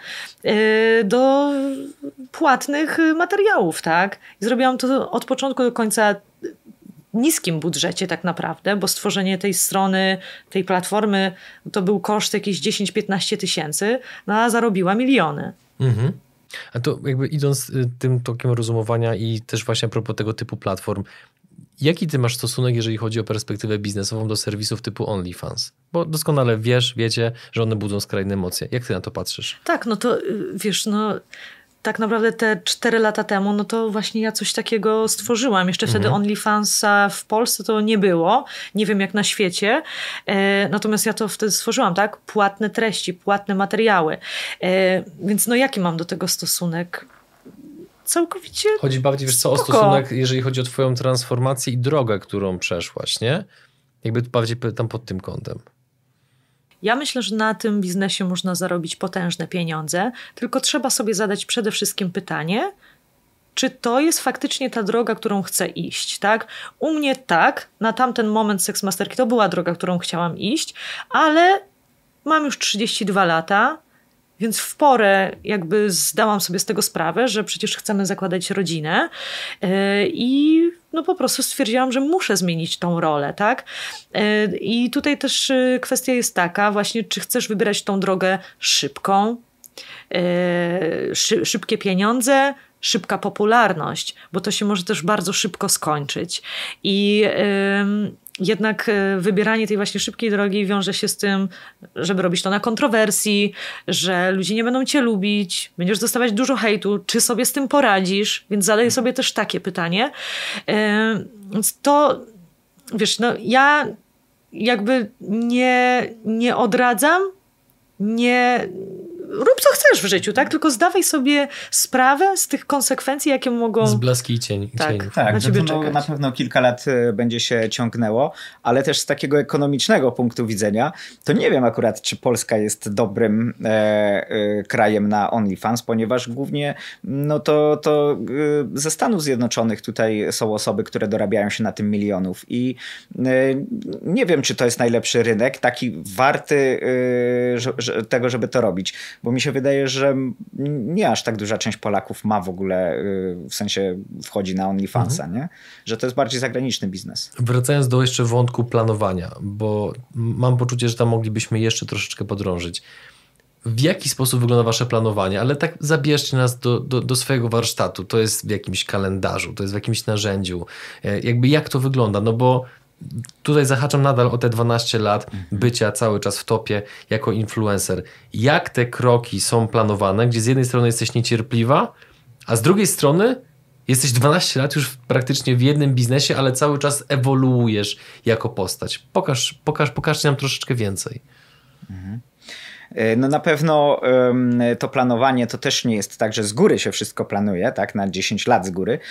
[SPEAKER 1] do płatnych materiałów, tak? I zrobiłam to od początku do końca niskim budżecie tak naprawdę, bo stworzenie tej strony, tej platformy to był koszt jakieś 10-15 tysięcy, no a zarobiła miliony.
[SPEAKER 2] Mhm. A to jakby idąc tym tokiem rozumowania i też właśnie a propos tego typu platform, jaki ty masz stosunek, jeżeli chodzi o perspektywę biznesową do serwisów typu OnlyFans? Bo doskonale wiecie, że one budzą skrajne emocje. Jak ty na to patrzysz?
[SPEAKER 1] Tak, no to wiesz, no tak naprawdę te 4 lata temu, no to właśnie ja coś takiego stworzyłam. Jeszcze wtedy OnlyFansa w Polsce to nie było. Nie wiem jak na świecie. Natomiast ja to wtedy stworzyłam, tak? Płatne treści, płatne materiały. Więc no jaki mam do tego stosunek? Całkowicie
[SPEAKER 2] chodzi bardziej, wiesz co, o stosunek, jeżeli chodzi o twoją transformację i drogę, którą przeszłaś, nie? Jakby bardziej tam pod tym kątem.
[SPEAKER 1] Ja myślę, że na tym biznesie można zarobić potężne pieniądze, tylko trzeba sobie zadać przede wszystkim pytanie, czy to jest faktycznie ta droga, którą chcę iść, tak? U mnie tak, na tamten moment seksmasterki to była droga, którą chciałam iść, ale mam już 32 lata, więc w porę jakby zdałam sobie z tego sprawę, że przecież chcemy zakładać rodzinę i no po prostu stwierdziłam, że muszę zmienić tą rolę, tak? I tutaj też kwestia jest taka właśnie, czy chcesz wybierać tą drogę szybką, szybkie pieniądze, szybka popularność, bo to się może też bardzo szybko skończyć. I jednak wybieranie tej właśnie szybkiej drogi wiąże się z tym, żeby robić to na kontrowersji, że ludzie nie będą cię lubić, będziesz dostawać dużo hejtu, czy sobie z tym poradzisz? Więc zadaję sobie też takie pytanie. Więc to, wiesz, no ja jakby nie odradzam, rób co chcesz w życiu, tak? Tylko zdawaj sobie sprawę z tych konsekwencji, jakie mogą...
[SPEAKER 2] Z blaski i cień.
[SPEAKER 3] Tak,
[SPEAKER 1] na ciebie
[SPEAKER 3] to na pewno kilka lat będzie się ciągnęło, ale też z takiego ekonomicznego punktu widzenia, to nie wiem akurat, czy Polska jest dobrym krajem na OnlyFans, ponieważ głównie to ze Stanów Zjednoczonych tutaj są osoby, które dorabiają się na tym milionów i nie wiem, czy to jest najlepszy rynek, taki warty tego, żeby to robić, bo mi się wydaje, że nie aż tak duża część Polaków ma w ogóle, w sensie wchodzi na OnlyFansa, nie? Że to jest bardziej zagraniczny biznes.
[SPEAKER 2] Wracając do jeszcze wątku planowania, bo mam poczucie, że tam moglibyśmy jeszcze troszeczkę podrążyć. W jaki sposób wygląda wasze planowanie? Ale tak zabierzcie nas do swojego warsztatu. To jest w jakimś kalendarzu, to jest w jakimś narzędziu. Jakby jak to wygląda? No bo tutaj zahaczam nadal o te 12 lat bycia cały czas w topie jako influencer. Jak te kroki są planowane, gdzie z jednej strony jesteś niecierpliwa, a z drugiej strony jesteś 12 lat już praktycznie w jednym biznesie, ale cały czas ewoluujesz jako postać. Pokażcie nam troszeczkę więcej.
[SPEAKER 3] No na pewno to planowanie to też nie jest tak, że z góry się wszystko planuje, tak, na 10 lat z góry,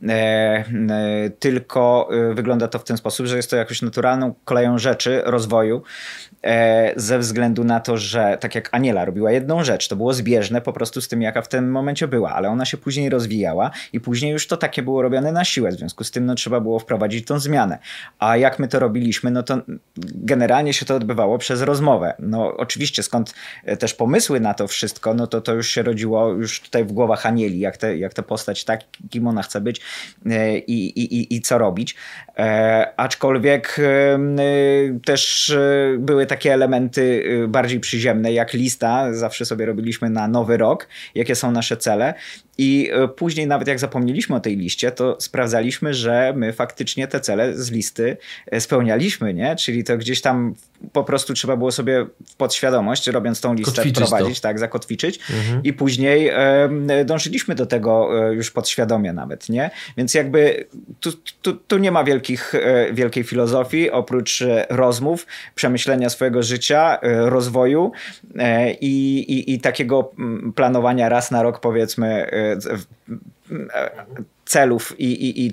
[SPEAKER 3] tylko wygląda to w ten sposób, że jest to jakąś naturalną koleją rzeczy, rozwoju, ze względu na to, że tak jak Aniela robiła jedną rzecz, to było zbieżne po prostu z tym, jaka w tym momencie była, ale ona się później rozwijała i później już to takie było robione na siłę, w związku z tym trzeba było wprowadzić tą zmianę. A jak my to robiliśmy, no to generalnie się to odbywało przez rozmowę. No oczywiście skąd też pomysły na to wszystko, no to już się rodziło już tutaj w głowach Anieli, jak tę postać, tak, kim ona chce być i co robić. Aczkolwiek też były takie elementy bardziej przyziemne, jak lista, zawsze sobie robiliśmy na nowy rok, jakie są nasze cele. I później nawet jak zapomnieliśmy o tej liście, to sprawdzaliśmy, że my faktycznie te cele z listy spełnialiśmy, nie? Czyli to gdzieś tam po prostu trzeba było sobie w podświadomość, robiąc tą listę, wprowadzić, tak, zakotwiczyć i później dążyliśmy do tego już podświadomie nawet, nie? Więc jakby tu nie ma wielkiej filozofii, oprócz rozmów, przemyślenia swojego życia, rozwoju i takiego planowania raz na rok, powiedzmy, celów i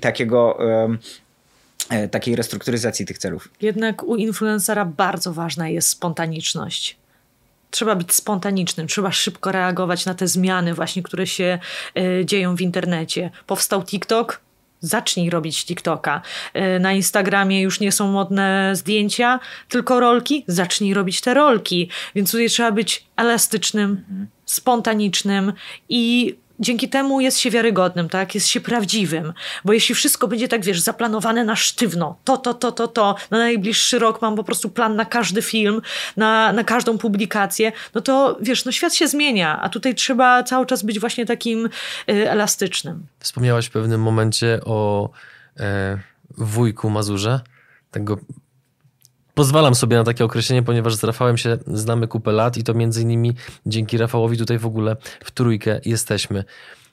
[SPEAKER 3] takiej restrukturyzacji tych celów.
[SPEAKER 1] Jednak u influencera bardzo ważna jest spontaniczność. Trzeba być spontanicznym, trzeba szybko reagować na te zmiany właśnie, które się dzieją w internecie. Powstał TikTok? Zacznij robić TikToka. Na Instagramie już nie są modne zdjęcia, tylko rolki. Zacznij robić te rolki. Więc tutaj trzeba być elastycznym, spontanicznym i dzięki temu jest się wiarygodnym, tak? Jest się prawdziwym. Bo jeśli wszystko będzie tak, wiesz, zaplanowane na sztywno, na najbliższy rok mam po prostu plan na każdy film, na każdą publikację, no to wiesz, no świat się zmienia, a tutaj trzeba cały czas być właśnie takim elastycznym.
[SPEAKER 2] Wspomniałaś w pewnym momencie o wujku Mazurze. Tego pozwalam sobie na takie określenie, ponieważ z Rafałem się znamy kupę lat i to między innymi dzięki Rafałowi tutaj w ogóle w trójkę jesteśmy.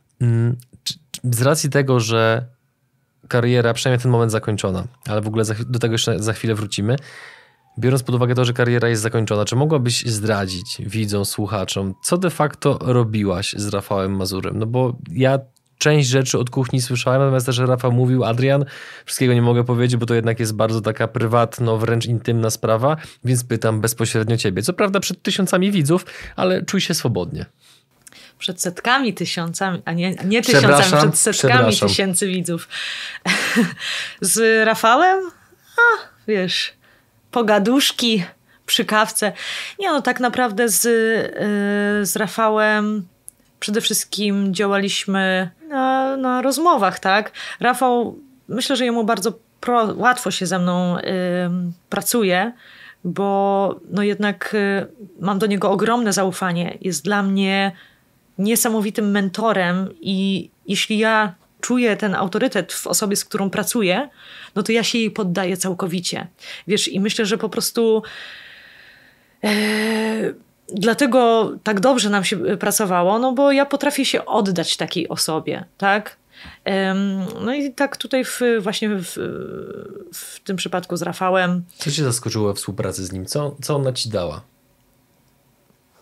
[SPEAKER 2] Z racji tego, że kariera, przynajmniej ten moment zakończona, ale w ogóle do tego jeszcze za chwilę wrócimy, biorąc pod uwagę to, że kariera jest zakończona, czy mogłabyś zdradzić widzom, słuchaczom, co de facto robiłaś z Rafałem Mazurem? No bo ja część rzeczy od kuchni słyszałem, natomiast też Rafał mówił, Adrian, wszystkiego nie mogę powiedzieć, bo to jednak jest bardzo taka prywatna, wręcz intymna sprawa, więc pytam bezpośrednio ciebie. Co prawda przed tysiącami widzów, ale czuj się swobodnie.
[SPEAKER 1] Przed setkami, tysiącami, a nie tysiącami, przed setkami tysięcy widzów. Z Rafałem? Wiesz, pogaduszki przy kawce. Nie no, tak naprawdę z Rafałem przede wszystkim działaliśmy na rozmowach, tak? Rafał, myślę, że jemu bardzo łatwo się ze mną pracuje, bo no jednak mam do niego ogromne zaufanie. Jest dla mnie niesamowitym mentorem i jeśli ja czuję ten autorytet w osobie, z którą pracuję, no to ja się jej poddaję całkowicie. Wiesz, i myślę, że po prostu dlatego tak dobrze nam się pracowało, no bo ja potrafię się oddać takiej osobie, tak? No i tak tutaj właśnie w tym przypadku z Rafałem.
[SPEAKER 2] Co cię zaskoczyło we współpracy z nim? Co ona ci dała?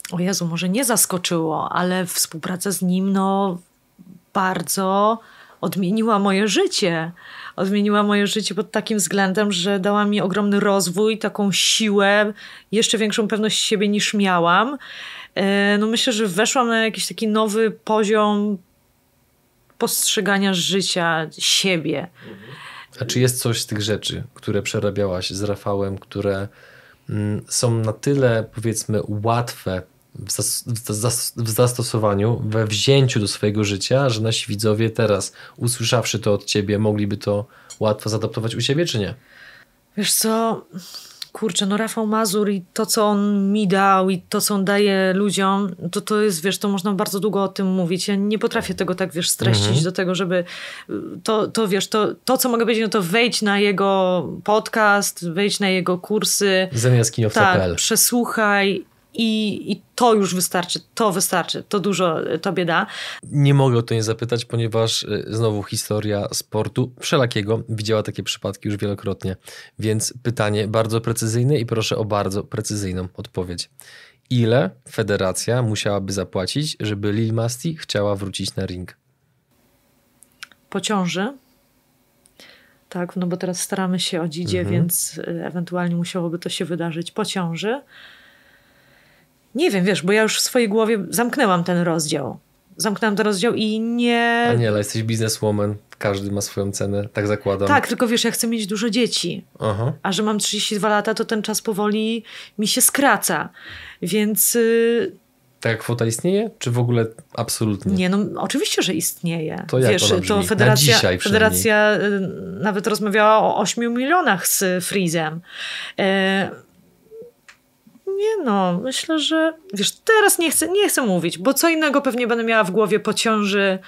[SPEAKER 1] o Jezu, może nie zaskoczyło, ale współpraca z nim bardzo odmieniła moje życie. Odmieniła moje życie pod takim względem, że dała mi ogromny rozwój, taką siłę, jeszcze większą pewność siebie niż miałam. Myślę, że weszłam na jakiś taki nowy poziom postrzegania życia, siebie.
[SPEAKER 2] A czy jest coś z tych rzeczy, które przerabiałaś z Rafałem, które są na tyle, powiedzmy, łatwe w zastosowaniu, we wzięciu do swojego życia, że nasi widzowie teraz, usłyszawszy to od ciebie, mogliby to łatwo zaadaptować u siebie, czy nie?
[SPEAKER 1] Wiesz co, kurczę, Rafał Mazur i to, co on mi dał i to, co on daje ludziom, to jest, wiesz, to można bardzo długo o tym mówić. Ja nie potrafię tego tak, wiesz, streścić do tego, żeby to, co mogę powiedzieć, to wejdź na jego podcast, wejdź na jego kursy.
[SPEAKER 2] Zamiastkinowca.pl.
[SPEAKER 1] Tak, przesłuchaj. I to już wystarczy, to dużo tobie da.
[SPEAKER 2] Nie mogę o to nie zapytać, ponieważ znowu historia sportu wszelakiego widziała takie przypadki już wielokrotnie, więc pytanie bardzo precyzyjne i proszę o bardzo precyzyjną odpowiedź. Ile federacja musiałaby zapłacić, żeby Lil Masti chciała wrócić na ring?
[SPEAKER 1] Po ciąży. Tak, bo teraz staramy się o dzidzie, więc ewentualnie musiałoby to się wydarzyć po ciąży. Nie wiem, wiesz, bo ja już w swojej głowie zamknęłam ten rozdział. I nie...
[SPEAKER 2] Aniela, jesteś bizneswoman, każdy ma swoją cenę, tak zakładam.
[SPEAKER 1] Tak, tylko wiesz, ja chcę mieć dużo dzieci.
[SPEAKER 2] Aha.
[SPEAKER 1] A że mam 32 lata, to ten czas powoli mi się skraca. Więc...
[SPEAKER 2] Taka kwota istnieje? Czy w ogóle absolutnie?
[SPEAKER 1] Nie, oczywiście, że istnieje.
[SPEAKER 2] To jak
[SPEAKER 1] wiesz,
[SPEAKER 2] ona brzmi?
[SPEAKER 1] to federacja,
[SPEAKER 2] Na dzisiaj
[SPEAKER 1] federacja nawet rozmawiała o 8 milionach z Freezem. Myślę, że wiesz, teraz nie chcę mówić, bo co innego pewnie będę miała w głowie po ciąży.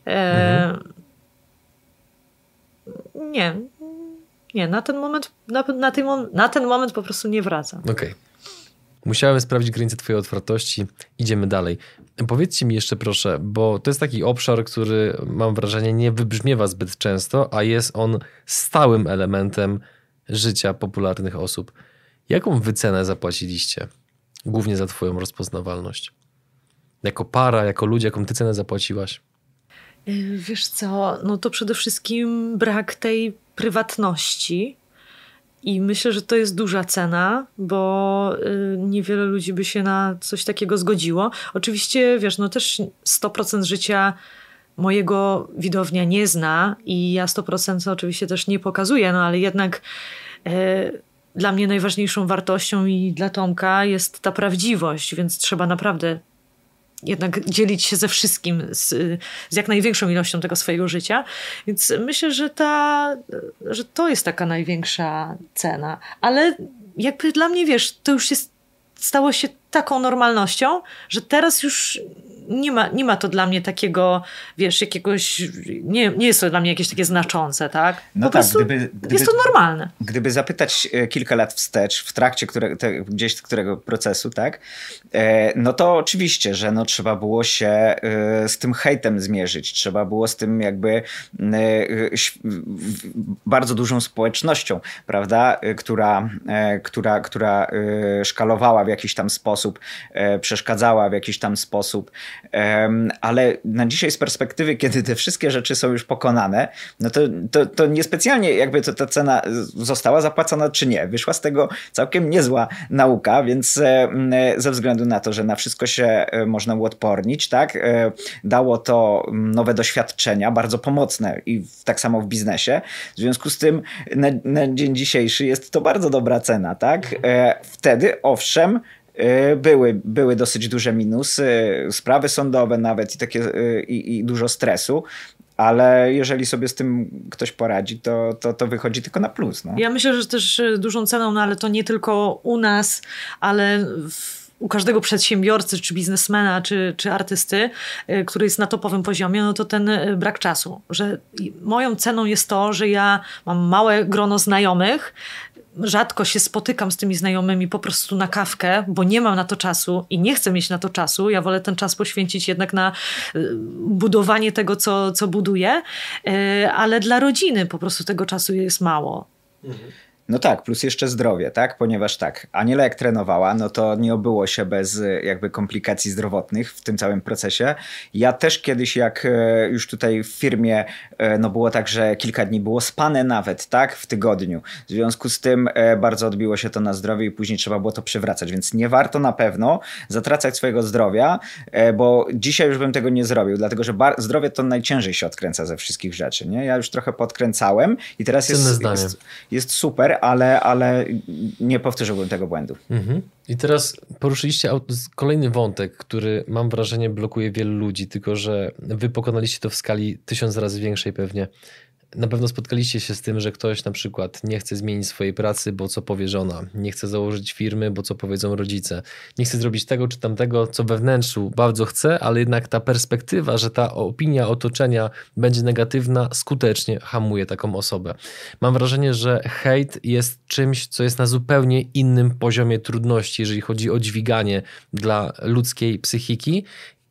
[SPEAKER 1] Nie, na ten moment po prostu nie wracam.
[SPEAKER 2] Okej. Musiałem sprawdzić granice twojej otwartości. Idziemy dalej. Powiedzcie mi jeszcze proszę, bo to jest taki obszar, który mam wrażenie nie wybrzmiewa zbyt często, a jest on stałym elementem życia popularnych osób. Jaką wycenę zapłaciliście? Głównie za twoją rozpoznawalność. Jako para, jako ludzie, jaką ty cenę zapłaciłaś?
[SPEAKER 1] Wiesz co, to przede wszystkim brak tej prywatności i myślę, że to jest duża cena, bo niewiele ludzi by się na coś takiego zgodziło. Oczywiście, wiesz, też 100% życia mojego widownia nie zna i ja 100% oczywiście też nie pokazuję, ale jednak... Dla mnie najważniejszą wartością i dla Tomka jest ta prawdziwość, więc trzeba naprawdę jednak dzielić się ze wszystkim, z jak największą ilością tego swojego życia. Więc myślę, że to jest taka największa cena. Ale jakby dla mnie, wiesz, to już stało się taką normalnością, że teraz już nie ma to dla mnie takiego, wiesz, jakiegoś... Nie jest to dla mnie jakieś takie znaczące, tak? Po prostu jest to normalne.
[SPEAKER 3] Gdyby zapytać kilka lat wstecz, w trakcie którego procesu, tak? To oczywiście, że trzeba było się z tym hejtem zmierzyć. Trzeba było z tym jakby bardzo dużą społecznością, prawda? Która szkalowała w jakiś tam sposób, przeszkadzała w jakiś tam sposób. Ale na dzisiaj z perspektywy, kiedy te wszystkie rzeczy są już pokonane, to niespecjalnie jakby ta cena została zapłacona czy nie. Wyszła z tego całkiem niezła nauka, więc ze względu na to, że na wszystko się można uodpornić, tak? Dało to nowe doświadczenia, bardzo pomocne i tak samo w biznesie. W związku z tym na dzień dzisiejszy jest to bardzo dobra cena, tak? Wtedy owszem, były dosyć duże minusy, sprawy sądowe nawet i takie i dużo stresu, ale jeżeli sobie z tym ktoś poradzi, to wychodzi tylko na plus.
[SPEAKER 1] Ja myślę, że też dużą ceną, ale to nie tylko u nas, ale u każdego przedsiębiorcy, czy biznesmena, czy artysty, który jest na topowym poziomie, to ten brak czasu. Że moją ceną jest to, że ja mam małe grono znajomych, rzadko się spotykam z tymi znajomymi po prostu na kawkę, bo nie mam na to czasu i nie chcę mieć na to czasu. Ja wolę ten czas poświęcić jednak na budowanie tego, co buduję, ale dla rodziny po prostu tego czasu jest mało.
[SPEAKER 3] No tak, plus jeszcze zdrowie, tak? Ponieważ tak, Aniela jak trenowała, no to nie obyło się bez jakby komplikacji zdrowotnych w tym całym procesie. Ja też kiedyś jak już tutaj w firmie, no było tak, że kilka dni było spane nawet, tak? W tygodniu. W związku z tym bardzo odbiło się to na zdrowiu i później trzeba było to przywracać, więc nie warto na pewno zatracać swojego zdrowia, bo dzisiaj już bym tego nie zrobił, dlatego że zdrowie to najciężej się odkręca ze wszystkich rzeczy, nie? Ja już trochę podkręcałem i teraz jest super, ale nie powtórzyłbym tego błędu.
[SPEAKER 2] I teraz poruszyliście kolejny wątek, który mam wrażenie blokuje wielu ludzi, tylko że wy pokonaliście to w skali 1000 razy większej pewnie. Na pewno spotkaliście się z tym, że ktoś na przykład nie chce zmienić swojej pracy, bo co powie żona, nie chce założyć firmy, bo co powiedzą rodzice, nie chce zrobić tego czy tamtego, co we wnętrzu bardzo chce, ale jednak ta perspektywa, że ta opinia otoczenia będzie negatywna, skutecznie hamuje taką osobę. Mam wrażenie, że hejt jest czymś, co jest na zupełnie innym poziomie trudności, jeżeli chodzi o dźwiganie dla ludzkiej psychiki.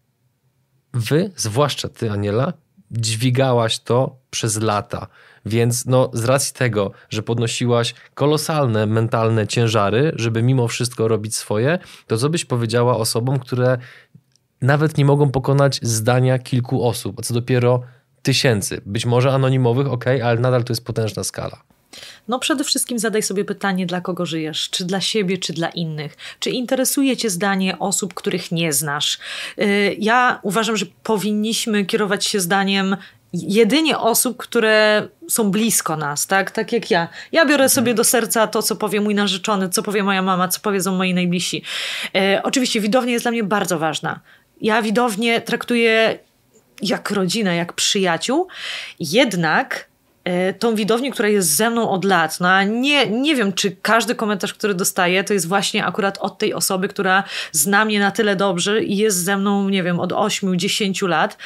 [SPEAKER 2] Wy, zwłaszcza ty, Aniela, dźwigałaś to przez lata, więc no z racji tego, że podnosiłaś kolosalne mentalne ciężary, żeby mimo wszystko robić swoje, to co byś powiedziała osobom, które nawet nie mogą pokonać zdania kilku osób, a co dopiero tysięcy, być może anonimowych, ale nadal to jest potężna skala.
[SPEAKER 1] No przede wszystkim zadaj sobie pytanie, dla kogo żyjesz, czy dla siebie, czy dla innych. Czy interesuje cię zdanie osób, których nie znasz? Ja uważam, że powinniśmy kierować się zdaniem jedynie osób, które są blisko nas, tak jak ja. Ja biorę sobie do serca to, co powie mój narzeczony, co powie moja mama, co powiedzą moi najbliżsi. Oczywiście widownia jest dla mnie bardzo ważna. Ja widownię traktuję jak rodzinę, jak przyjaciół, jednak tą widownię, która jest ze mną od lat. No a nie wiem, czy każdy komentarz, który dostaję, to jest właśnie akurat od tej osoby, która zna mnie na tyle dobrze i jest ze mną, nie wiem, od 8-10 lat.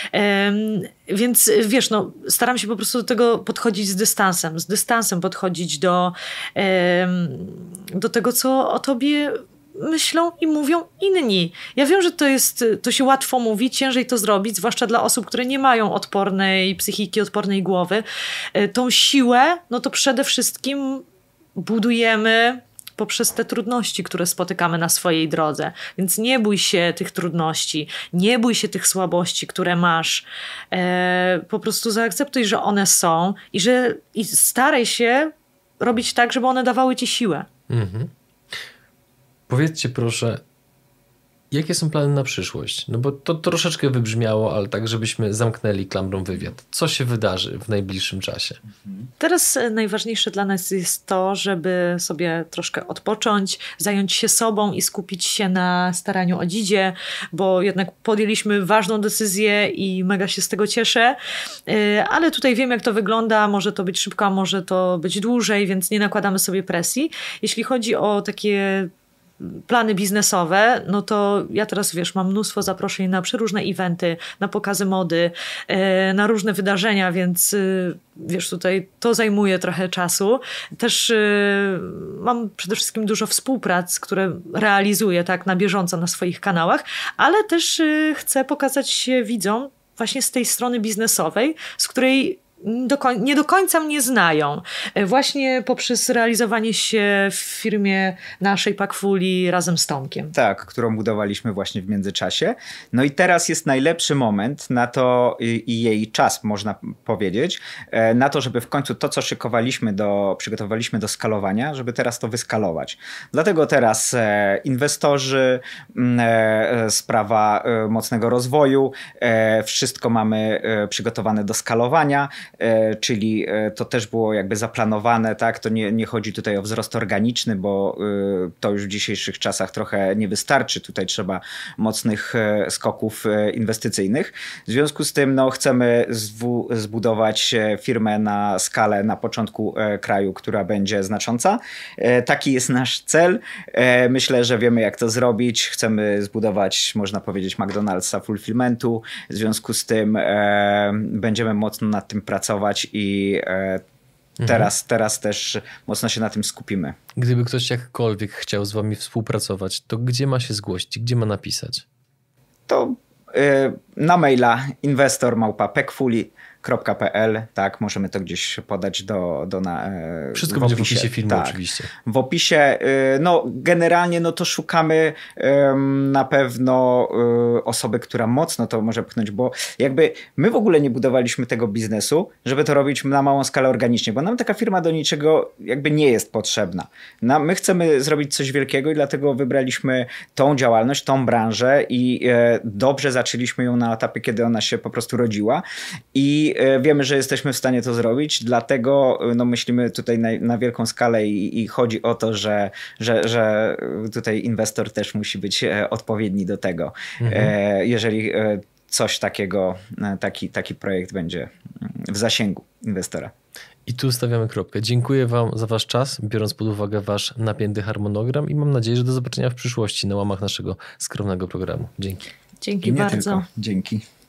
[SPEAKER 1] Więc wiesz, no, staram się po prostu do tego podchodzić z dystansem podchodzić do tego, co o tobie myślą i mówią inni. Ja wiem, że to się łatwo mówi, ciężej to zrobić, zwłaszcza dla osób, które nie mają odpornej psychiki, odpornej głowy. Tą siłę, no to przede wszystkim budujemy poprzez te trudności, które spotykamy na swojej drodze. Więc nie bój się tych trudności, nie bój się tych słabości, które masz. Po prostu zaakceptuj, że one są i staraj się robić tak, żeby one dawały ci siłę.
[SPEAKER 2] Mhm. Powiedzcie proszę, jakie są plany na przyszłość? No bo to troszeczkę wybrzmiało, ale tak, żebyśmy zamknęli klamrą wywiad. Co się wydarzy w najbliższym czasie?
[SPEAKER 1] Teraz najważniejsze dla nas jest to, żeby sobie troszkę odpocząć, zająć się sobą i skupić się na staraniu o Dzidzie, bo jednak podjęliśmy ważną decyzję i mega się z tego cieszę. Ale tutaj wiem, jak to wygląda. Może to być szybko, a może to być dłużej, więc nie nakładamy sobie presji. Jeśli chodzi o takie plany biznesowe, no to ja teraz, wiesz, mam mnóstwo zaproszeń na przeróżne eventy, na pokazy mody, na różne wydarzenia, więc wiesz, tutaj to zajmuje trochę czasu. Też mam przede wszystkim dużo współprac, które realizuję tak na bieżąco na swoich kanałach, ale też chcę pokazać się widzom właśnie z tej strony biznesowej, z której nie do końca mnie znają. Właśnie poprzez realizowanie się w firmie naszej Packfuli razem z Tomkiem.
[SPEAKER 3] Tak, którą budowaliśmy właśnie w międzyczasie. No i teraz jest najlepszy moment na to i jej czas, można powiedzieć, na to, żeby w końcu to, co przygotowaliśmy do skalowania, żeby teraz to wyskalować. Dlatego teraz inwestorzy, sprawa mocnego rozwoju, wszystko mamy przygotowane do skalowania, czyli to też było jakby zaplanowane, tak? To nie chodzi tutaj o wzrost organiczny, bo to już w dzisiejszych czasach trochę nie wystarczy. Tutaj trzeba mocnych skoków inwestycyjnych. W związku z tym chcemy zbudować firmę na skalę na początku kraju, która będzie znacząca. Taki jest nasz cel. Myślę, że wiemy, jak to zrobić. Chcemy zbudować, można powiedzieć, McDonald'sa fulfillmentu. W związku z tym będziemy mocno nad tym pracować i teraz też mocno się na tym skupimy.
[SPEAKER 2] Gdyby ktoś jakkolwiek chciał z wami współpracować, to gdzie ma się zgłosić? Gdzie ma napisać?
[SPEAKER 3] To na maila inwestor@pekfuli.pl, tak, możemy to gdzieś podać
[SPEAKER 2] Wszystko będzie w opisie filmu, tak, oczywiście.
[SPEAKER 3] W opisie, no generalnie no to szukamy na pewno osoby, która mocno to może pchnąć, bo jakby my w ogóle nie budowaliśmy tego biznesu, żeby to robić na małą skalę organicznie, bo nam taka firma do niczego jakby nie jest potrzebna. My chcemy zrobić coś wielkiego i dlatego wybraliśmy tą działalność, tą branżę i dobrze zaczęliśmy ją na etapie, kiedy ona się po prostu rodziła i wiemy, że jesteśmy w stanie to zrobić, dlatego no, myślimy tutaj na wielką skalę i chodzi o to, że tutaj inwestor też musi być odpowiedni do tego. Jeżeli coś takiego, taki projekt będzie w zasięgu inwestora.
[SPEAKER 2] I tu stawiamy kropkę. Dziękuję wam za wasz czas, biorąc pod uwagę wasz napięty harmonogram i mam nadzieję, że do zobaczenia w przyszłości na łamach naszego skromnego programu. Dzięki.
[SPEAKER 1] Dzięki bardzo.
[SPEAKER 3] Dzięki.